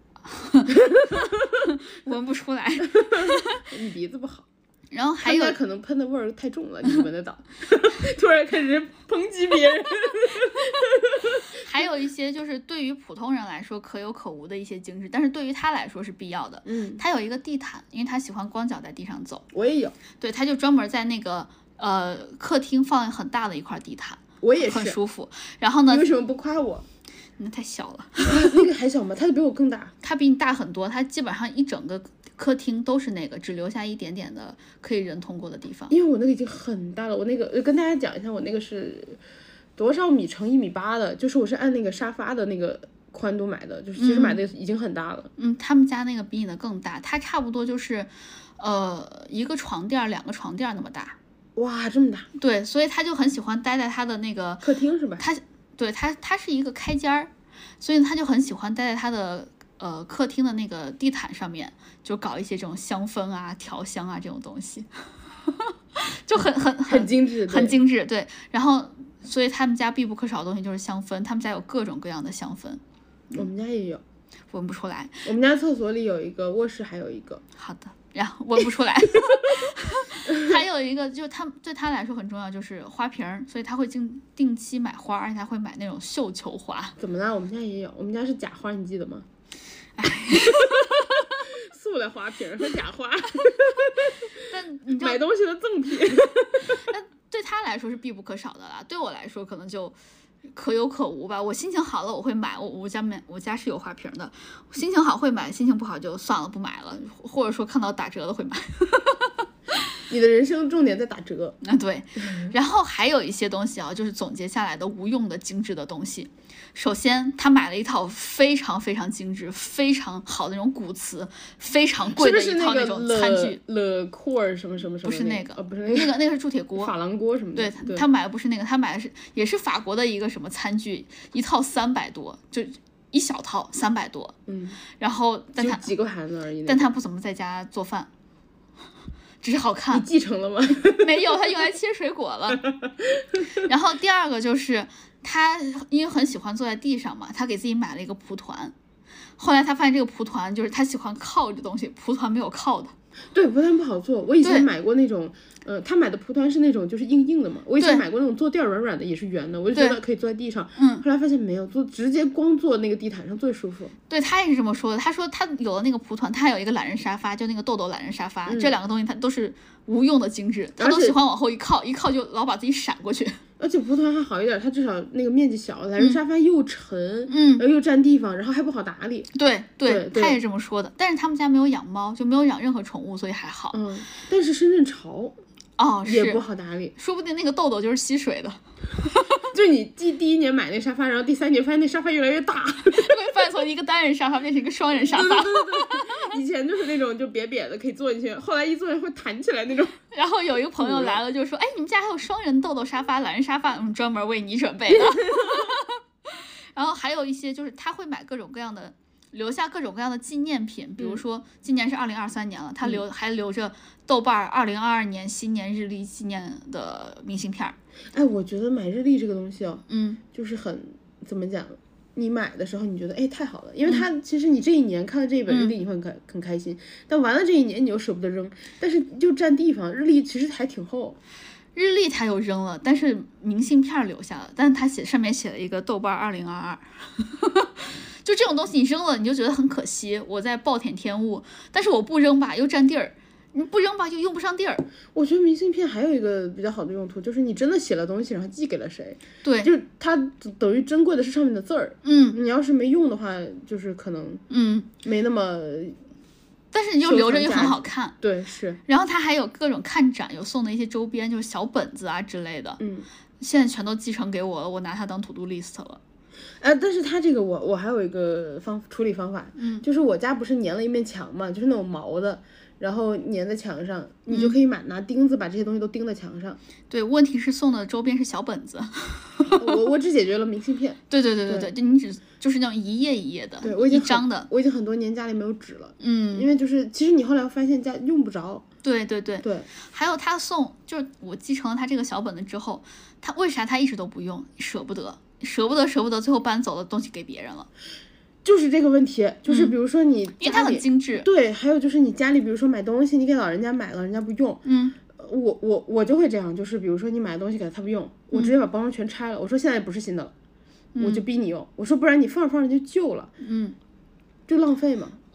[SPEAKER 2] 闻不出来。
[SPEAKER 1] 你鼻子不好。
[SPEAKER 2] 然后还有
[SPEAKER 1] 可能喷的味儿太重了，你闻得到。突然开始抨击别人。
[SPEAKER 2] 还有一些就是对于普通人来说可有可无的一些精致，但是对于他来说是必要的。
[SPEAKER 1] 嗯，
[SPEAKER 2] 他有一个地毯，因为他喜欢光脚在地上走。
[SPEAKER 1] 我也有。
[SPEAKER 2] 对，他就专门在那个呃客厅放很大的一块地毯。
[SPEAKER 1] 我也是，
[SPEAKER 2] 很舒服。然后呢？
[SPEAKER 1] 你为什么不夸我？
[SPEAKER 2] 那太小了。
[SPEAKER 1] 那个还小吗？它比我更大。
[SPEAKER 2] 它比你大很多，它基本上一整个客厅都是那个，只留下一点点的可以人通过的地方。
[SPEAKER 1] 因为我那个已经很大了，我那个跟大家讲一下，我那个是多少米乘一米八的，就是我是按那个沙发的那个宽度买的，就是其实买的已经很大了。
[SPEAKER 2] 嗯，他们家那个比你的更大，它差不多就是呃一个床垫两个床垫那么大。
[SPEAKER 1] 哇，这么大。
[SPEAKER 2] 对，所以他就很喜欢待在他的那个
[SPEAKER 1] 客厅是吧？
[SPEAKER 2] 他对他他是一个开间儿，所以他就很喜欢待在他的呃客厅的那个地毯上面，就搞一些这种香氛啊调香啊这种东西。就很很很
[SPEAKER 1] 很精致，
[SPEAKER 2] 很精致，对。然后，所以他们家必不可少的东西就是香氛，他们家有各种各样的香氛。
[SPEAKER 1] 我们家也有，
[SPEAKER 2] 闻不出来。
[SPEAKER 1] 我们家厕所里有一个，卧室还有一个。
[SPEAKER 2] 好的，然后闻不出来。还有一个，就是他对他来说很重要，就是花瓶儿，所以他会定定期买花，而且他会买那种绣球花。
[SPEAKER 1] 怎么了？我们家也有，我们家是假花，你记得吗？
[SPEAKER 2] 哎。
[SPEAKER 1] 塑料花瓶和假花，
[SPEAKER 2] 但你知道
[SPEAKER 1] 买东西的赠品。
[SPEAKER 2] 那对他来说是必不可少的啦，对我来说可能就可有可无吧。我心情好了我会买，我我家买我家是有花瓶的，心情好会买，心情不好就算了不买了，或者说看到打折的会买。
[SPEAKER 1] 你的人生重点在打折
[SPEAKER 2] 啊，对。然后还有一些东西啊，就是总结下来的无用的精致的东西。首先，他买了一套非常非常精致、非常好的那种古瓷，非常贵的一套那种餐具。
[SPEAKER 1] Le Cour 什么什么什么？
[SPEAKER 2] 不是那个，
[SPEAKER 1] 哦，不是那个，
[SPEAKER 2] 那个那个是铸铁锅、
[SPEAKER 1] 珐琅锅什么的。
[SPEAKER 2] 对，
[SPEAKER 1] 对，
[SPEAKER 2] 他买的不是那个，他买的是也是法国的一个什么餐具，一套三百多，就一小套三百多。
[SPEAKER 1] 嗯。
[SPEAKER 2] 然后，但他
[SPEAKER 1] 几个盘子而已。
[SPEAKER 2] 但他不怎么在家做饭。只是好看。
[SPEAKER 1] 你继承了吗？
[SPEAKER 2] 没有，他用来切水果了。然后第二个就是他因为很喜欢坐在地上嘛，他给自己买了一个蒲团。后来他发现这个蒲团就是他喜欢靠着东西，蒲团没有靠的。
[SPEAKER 1] 对，蒲团不好做。我以前买过那种，呃，他买的蒲团是那种就是硬硬的嘛。我以前买过那种坐垫软软的，也是圆的，我就觉得可以坐在地上。
[SPEAKER 2] 嗯。
[SPEAKER 1] 后来发现没有，坐直接光坐那个地毯上最舒服。
[SPEAKER 2] 对，他也是这么说的。他说他有了那个蒲团，他还有一个懒人沙发，就那个豆豆懒人沙发，
[SPEAKER 1] 嗯、
[SPEAKER 2] 这两个东西他都是无用的精致，他都喜欢往后一靠，一靠就老把自己闪过去。
[SPEAKER 1] 而且蒲团还好一点，它至少那个面积小，懒人沙发又沉，
[SPEAKER 2] 嗯，
[SPEAKER 1] 然后又占地方，然后还不好打理。
[SPEAKER 2] 对
[SPEAKER 1] 对,
[SPEAKER 2] 对，他也这么说的。但是他们家没有养猫，就没有养任何宠物，所以还好。
[SPEAKER 1] 嗯，但是深圳潮
[SPEAKER 2] 哦
[SPEAKER 1] 也不好打理，
[SPEAKER 2] 说不定那个豆豆就是吸水的。
[SPEAKER 1] 就你第第一年买那沙发，然后第三年发现那沙发越来越大，
[SPEAKER 2] 会发现从一个单人沙发变成一个双人沙发。
[SPEAKER 1] 对对对对，以前就是那种就瘪瘪的可以坐进去，后来一坐会弹起来那种。
[SPEAKER 2] 然后有一个朋友来了就说：“哎，你们家还有双人豆豆沙发、懒人沙发，嗯，专门为你准备的。”然后还有一些就是他会买各种各样的。留下各种各样的纪念品，比如说今年是二零二三年了，他留、嗯、还留着豆瓣二零二二年新年日历纪念的明信片。
[SPEAKER 1] 哎，我觉得买日历这个东西哦，
[SPEAKER 2] 嗯，
[SPEAKER 1] 就是很怎么讲，你买的时候你觉得哎太好了，因为它、嗯、其实你这一年看了这一本日历你会很开、嗯、很开心，但完了这一年你又舍不得扔，但是就占地方，日历其实还挺厚。
[SPEAKER 2] 日历他又扔了，但是明信片留下了，但是他写上面写了一个豆瓣二零二二。就这种东西你扔了你就觉得很可惜，我在暴殄天物，但是我不扔吧又占地儿，你不扔吧又用不上地儿。
[SPEAKER 1] 我觉得明信片还有一个比较好的用途，就是你真的写了东西然后寄给了谁，
[SPEAKER 2] 对，
[SPEAKER 1] 就是它等于珍贵的是上面的字儿，
[SPEAKER 2] 嗯，
[SPEAKER 1] 你要是没用的话就是可能
[SPEAKER 2] 嗯
[SPEAKER 1] 没那么，
[SPEAKER 2] 但是你又留着又很好看，
[SPEAKER 1] 对是。
[SPEAKER 2] 然后它还有各种看展有送的一些周边，就是小本子啊之类的，
[SPEAKER 1] 嗯，
[SPEAKER 2] 现在全都继承给我了，我拿它当 to do list 了。
[SPEAKER 1] 呃，但是它这个我我还有一个方处理方法，
[SPEAKER 2] 嗯，
[SPEAKER 1] 就是我家不是粘了一面墙嘛，就是那种毛的，然后粘在墙上，你就可以买、嗯、拿钉子把这些东西都钉在墙上。
[SPEAKER 2] 对，问题是送的周边是小本子，
[SPEAKER 1] 我我只解决了明信片。
[SPEAKER 2] 对对对对对，就你只就是那种一页一页的，
[SPEAKER 1] 对我已经
[SPEAKER 2] 一张的，
[SPEAKER 1] 我已经很多年家里没有纸了，
[SPEAKER 2] 嗯，
[SPEAKER 1] 因为就是其实你后来发现家用不着。
[SPEAKER 2] 对对对
[SPEAKER 1] 对，
[SPEAKER 2] 还有他送，就是我继承了他这个小本子之后，他为啥他一直都不用，舍不得。舍不得舍不得，最后搬走了东西给别人了，
[SPEAKER 1] 就是这个问题。就是比如说你家里、
[SPEAKER 2] 嗯、因为它很精致，
[SPEAKER 1] 对，还有就是你家里比如说买东西你给老人家买了人家不用，
[SPEAKER 2] 嗯，
[SPEAKER 1] 我我我就会这样，就是比如说你买的东西给他他不用，我直接把包装全拆了，我说现在不是新的了、嗯、我就逼你用，我说不然你放着放着就旧了，
[SPEAKER 2] 嗯，
[SPEAKER 1] 就浪费嘛。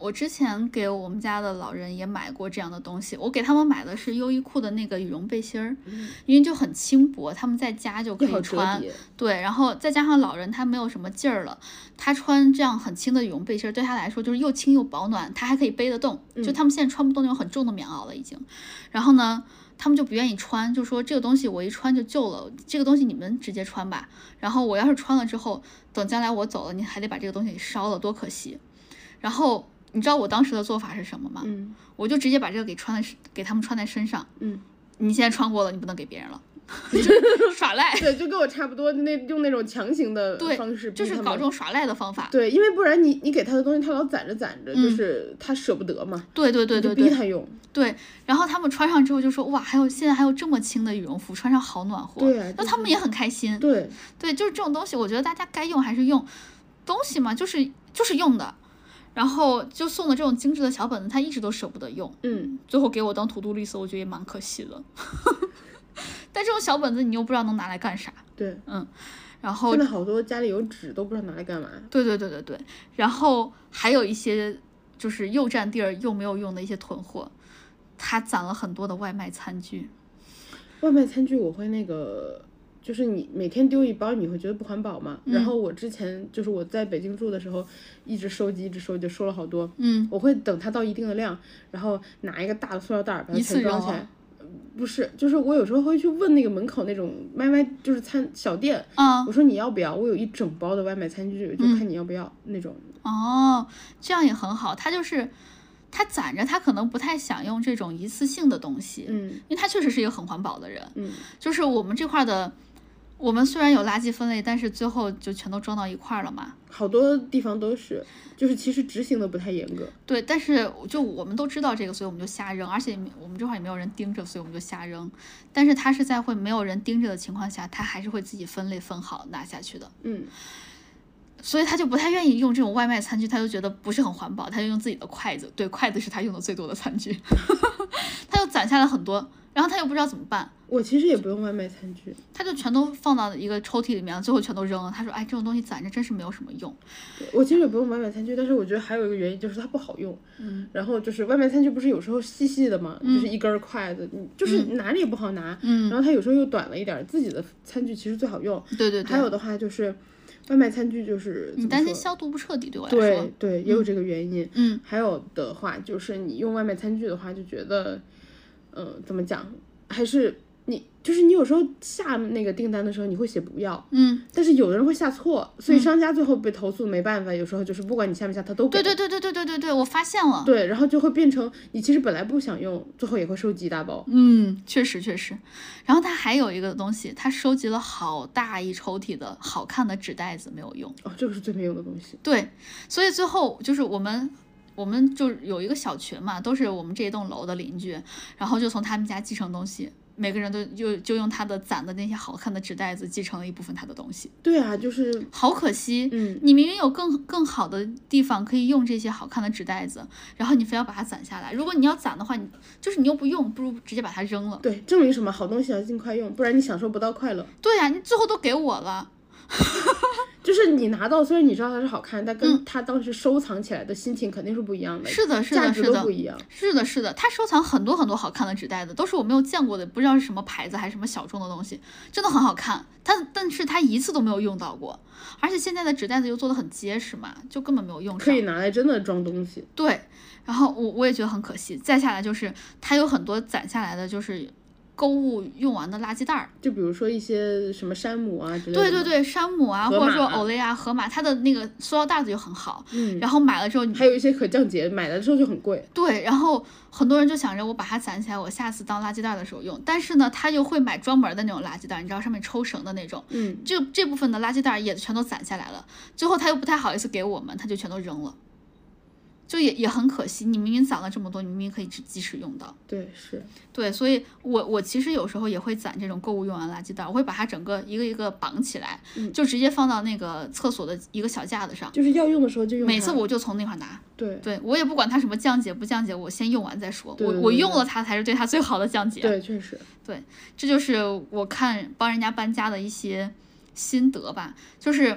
[SPEAKER 2] 我之前给我们家的老人也买过这样的东西，我给他们买的是优衣库的那个羽绒背心儿，嗯、因为就很轻薄，他们在家就可以穿。对，然后再加上老人他没有什么劲儿了，他穿这样很轻的羽绒背心儿对他来说就是又轻又保暖，他还可以背得动。就他们现在穿不动那种很重的棉袄了已经。然后呢，他们就不愿意穿，就说这个东西我一穿就旧了，这个东西你们直接穿吧。然后我要是穿了之后，等将来我走了，你还得把这个东西给烧了，多可惜。然后你知道我当时的做法是什么吗？
[SPEAKER 1] 嗯，
[SPEAKER 2] 我就直接把这个给穿在给他们穿在身上。
[SPEAKER 1] 嗯，
[SPEAKER 2] 你现在穿过了，你不能给别人了。耍赖。
[SPEAKER 1] 对，就跟我差不多，那用那种强行的方式，
[SPEAKER 2] 就是搞这种耍赖的方法。
[SPEAKER 1] 对，因为不然你你给他的东西，他老攒着攒着，嗯、就是他舍不得嘛。
[SPEAKER 2] 对对对对对，
[SPEAKER 1] 逼他用。
[SPEAKER 2] 对，然后他们穿上之后就说哇，还有现在还有这么轻的羽绒服，穿上好暖和。
[SPEAKER 1] 对、啊，
[SPEAKER 2] 那他们也很开心。
[SPEAKER 1] 对
[SPEAKER 2] 对，就是这种东西，我觉得大家该用还是用，东西嘛，就是就是用的。然后就送的这种精致的小本子，他一直都舍不得用。
[SPEAKER 1] 嗯，
[SPEAKER 2] 最后给我当图图绿色，我觉得也蛮可惜的。但这种小本子你又不知道能拿来干啥。
[SPEAKER 1] 对，
[SPEAKER 2] 嗯，然后
[SPEAKER 1] 现在好多家里有纸都不知道拿来干嘛。
[SPEAKER 2] 对对对对对，然后还有一些就是又占地儿又没有用的一些囤货，他攒了很多的外卖餐具。
[SPEAKER 1] 外卖餐具我会那个，就是你每天丢一包，你会觉得不环保嘛？嗯、然后我之前就是我在北京住的时候，一直收集，一直收集，收了好多。
[SPEAKER 2] 嗯，
[SPEAKER 1] 我会等它到一定的量，然后拿一个大的塑料袋把它全装起来。不是，就是我有时候会去问那个门口那种外卖，就是餐小店，
[SPEAKER 2] 嗯，
[SPEAKER 1] 我说你要不要？我有一整包的外卖餐具，就看你要不要、嗯、那种。
[SPEAKER 2] 哦，这样也很好。他就是他攒着，他可能不太想用这种一次性的东西，
[SPEAKER 1] 嗯，
[SPEAKER 2] 因为他确实是一个很环保的人，
[SPEAKER 1] 嗯，
[SPEAKER 2] 就是我们这块的。我们虽然有垃圾分类，但是最后就全都装到一块了嘛。
[SPEAKER 1] 好多地方都是，就是其实执行的不太严格。
[SPEAKER 2] 对，但是就我们都知道这个，所以我们就瞎扔，而且我们这块也没有人盯着，所以我们就瞎扔。但是他是在会没有人盯着的情况下，他还是会自己分类分好拿下去的。
[SPEAKER 1] 嗯。
[SPEAKER 2] 所以他就不太愿意用这种外卖餐具，他就觉得不是很环保，他就用自己的筷子。对，筷子是他用的最多的餐具，他就攒下了很多。然后他又不知道怎么办，
[SPEAKER 1] 我其实也不用外卖餐具，
[SPEAKER 2] 他就全都放到一个抽屉里面，最后全都扔了。他说：“哎，这种东西攒着真是没有什么用。”
[SPEAKER 1] 我其实也不用外卖餐具，但是我觉得还有一个原因就是它不好用。
[SPEAKER 2] 嗯，
[SPEAKER 1] 然后就是外卖餐具不是有时候细细的嘛，嗯、就是一根筷子，你就是拿着也不好拿。
[SPEAKER 2] 嗯，
[SPEAKER 1] 然后它有时候又短了一点，自己的餐具其实最好用。
[SPEAKER 2] 对对对。
[SPEAKER 1] 还有的话就是外卖餐具就是
[SPEAKER 2] 你担心消毒不彻底，对我来说。
[SPEAKER 1] 对对，也有这个原因。
[SPEAKER 2] 嗯。
[SPEAKER 1] 还有的话就是你用外卖餐具的话，就觉得，嗯、呃，怎么讲？还是你就是你有时候下那个订单的时候你会写不要，
[SPEAKER 2] 嗯，
[SPEAKER 1] 但是有的人会下错，所以商家最后被投诉没办法，有时候就是不管你下没下他都给。
[SPEAKER 2] 对对对对对对对对，我发现了。
[SPEAKER 1] 对，然后就会变成你其实本来不想用，最后也会收集一大包。
[SPEAKER 2] 嗯，确实确实。然后他还有一个东西，他收集了好大一抽屉的好看的纸袋子没有用。
[SPEAKER 1] 哦，这个是最没用的东西。
[SPEAKER 2] 对，所以最后就是我们。我们就有一个小群嘛，都是我们这一栋楼的邻居，然后就从他们家继承东西，每个人都就就用他的攒的那些好看的纸袋子继承了一部分他的东西。
[SPEAKER 1] 对啊，就是
[SPEAKER 2] 好可惜，
[SPEAKER 1] 嗯，
[SPEAKER 2] 你明明有更更好的地方可以用这些好看的纸袋子，然后你非要把它攒下来。如果你要攒的话，你就是你又不用，不如直接把它扔了。
[SPEAKER 1] 对，证明什么？好东西要尽快用，不然你享受不到快乐。
[SPEAKER 2] 对呀、啊，你最后都给我了。
[SPEAKER 1] 就是你拿到，虽然你知道它是好看，但跟他当时收藏起来的心情肯定是不一样的。
[SPEAKER 2] 是的，是的，
[SPEAKER 1] 价值都不一样。
[SPEAKER 2] 是的，是的，他收藏很多很多好看的纸袋子，都是我没有见过的，不知道是什么牌子还是什么小众的东西，真的很好看。他但是他一次都没有用到过，而且现在的纸袋子又做的很结实嘛，就根本没有用上。
[SPEAKER 1] 可以拿来真的装东西。
[SPEAKER 2] 对，然后我我也觉得很可惜。再下来就是他有很多攒下来的，就是购物用完的垃圾袋儿，
[SPEAKER 1] 就比如说一些什么山姆啊之类的。
[SPEAKER 2] 对对对，山姆啊，或者说欧蕾啊、盒马，它的那个塑料袋子就很好。
[SPEAKER 1] 嗯。
[SPEAKER 2] 然后买了之后，
[SPEAKER 1] 还有一些可降解，买了之后就很贵。
[SPEAKER 2] 对，然后很多人就想着我把它攒起来，我下次当垃圾袋的时候用。但是呢，他又会买专门的那种垃圾袋，你知道上面抽绳的那种。
[SPEAKER 1] 嗯。
[SPEAKER 2] 这这部分的垃圾袋也全都攒下来了，最后他又不太好意思给我们，他就全都扔了。就也也很可惜，你明明攒了这么多，你明明可以及时用到。
[SPEAKER 1] 对，是。
[SPEAKER 2] 对，所以我我其实有时候也会攒这种购物用完垃圾袋，我会把它整个一个一个绑起来，
[SPEAKER 1] 嗯、
[SPEAKER 2] 就直接放到那个厕所的一个小架子上。
[SPEAKER 1] 就是要用的时候就用。
[SPEAKER 2] 每次我就从那块拿。
[SPEAKER 1] 对。
[SPEAKER 2] 对，我也不管它什么降解不降解，我先用完再说。
[SPEAKER 1] 对对对对，
[SPEAKER 2] 我我用了它才是对它最好的降解。
[SPEAKER 1] 对，确实。
[SPEAKER 2] 对，这就是我看帮人家搬家的一些心得吧，就是。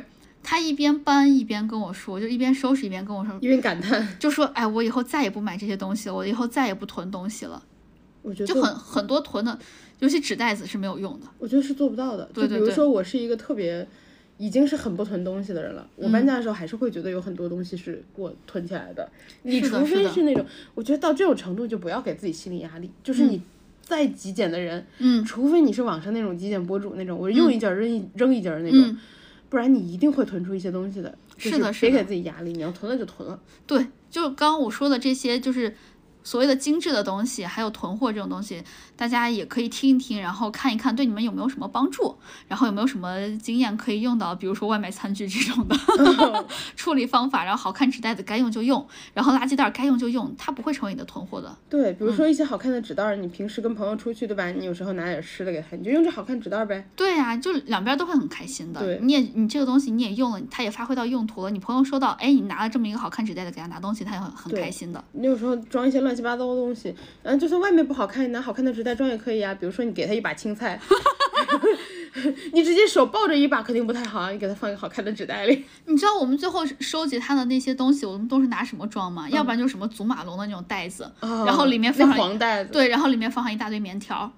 [SPEAKER 2] 他一边搬一边跟我说，就一边收拾一边跟我说，
[SPEAKER 1] 一边感叹，
[SPEAKER 2] 就说哎，我以后再也不买这些东西了，我以后再也不囤东西了。
[SPEAKER 1] 我觉得
[SPEAKER 2] 就很很多囤的，尤其纸袋子是没有用的。
[SPEAKER 1] 我觉得是做不到的。
[SPEAKER 2] 对对对，
[SPEAKER 1] 就比如说我是一个特别已经是很不囤东西的人了，我搬家的时候还是会觉得有很多东西是我囤起来的。
[SPEAKER 2] 嗯、
[SPEAKER 1] 你除非是那种，我觉得到这种程度就不要给自己心理压力，就是你再极简的人，
[SPEAKER 2] 嗯，
[SPEAKER 1] 除非你是网上那种极简博主那种，我用一件扔一、嗯、扔一件那种、嗯，不然你一定会囤出一些东西的。
[SPEAKER 2] 是的，
[SPEAKER 1] 是别给自己压力，你要囤了就囤了。
[SPEAKER 2] 对，就刚刚我说的这些，就是所谓的精致的东西，还有囤货这种东西，大家也可以听一听，然后看一看对你们有没有什么帮助，然后有没有什么经验可以用到，比如说外卖餐具这种的、oh. 处理方法，然后好看纸袋子该用就用，然后垃圾袋该用就用，它不会成为你的囤货的。
[SPEAKER 1] 对，比如说一些好看的纸袋、嗯、你平时跟朋友出去对吧，你有时候拿点吃的给他，你就用这好看纸袋呗。
[SPEAKER 2] 对呀、啊，就两边都会很开心的。
[SPEAKER 1] 对，
[SPEAKER 2] 你也你这个东西你也用了，它也发挥到用途了，你朋友收到，哎，你拿了这么一个好看纸袋子给他拿东西，他也很很开心的。
[SPEAKER 1] 你有时候装一些乱七八糟的东西，然后就算外面不好看，你拿好看的纸袋装也可以啊。比如说你给他一把青菜你直接手抱着一把肯定不太好啊，你给他放一个好看的纸袋里。
[SPEAKER 2] 你知道我们最后收集他的那些东西，我们都是拿什么装吗？嗯、要不然就是什么祖马龙的那种袋子、哦、然后里面放上
[SPEAKER 1] 黄袋子，
[SPEAKER 2] 对，然后里面放上一大堆棉条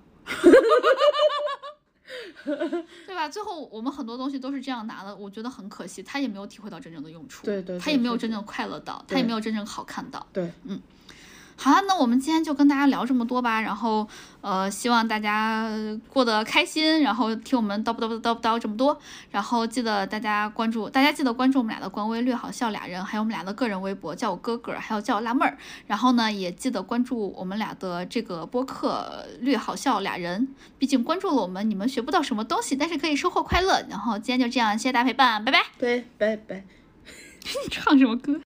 [SPEAKER 2] 对吧？最后我们很多东西都是这样拿的，我觉得很可惜，他也没有体会到真正的用处。
[SPEAKER 1] 对 对, 对, 对，
[SPEAKER 2] 他也没有真正快乐到，他也没有真正好看到。
[SPEAKER 1] 对，
[SPEAKER 2] 嗯。好啊，那我们今天就跟大家聊这么多吧，然后呃，希望大家过得开心，然后听我们叨不叨不叨不叨这么多，然后记得大家关注，大家记得关注我们俩的官微略好笑俩人，还有我们俩的个人微博，叫我哥哥，还有叫我辣妹儿，然后呢也记得关注我们俩的这个播客略好笑俩人，毕竟关注了我们，你们学不到什么东西，但是可以收获快乐。然后今天就这样，谢谢大家陪伴，拜拜。
[SPEAKER 1] 对，拜拜。
[SPEAKER 2] 你唱什么歌？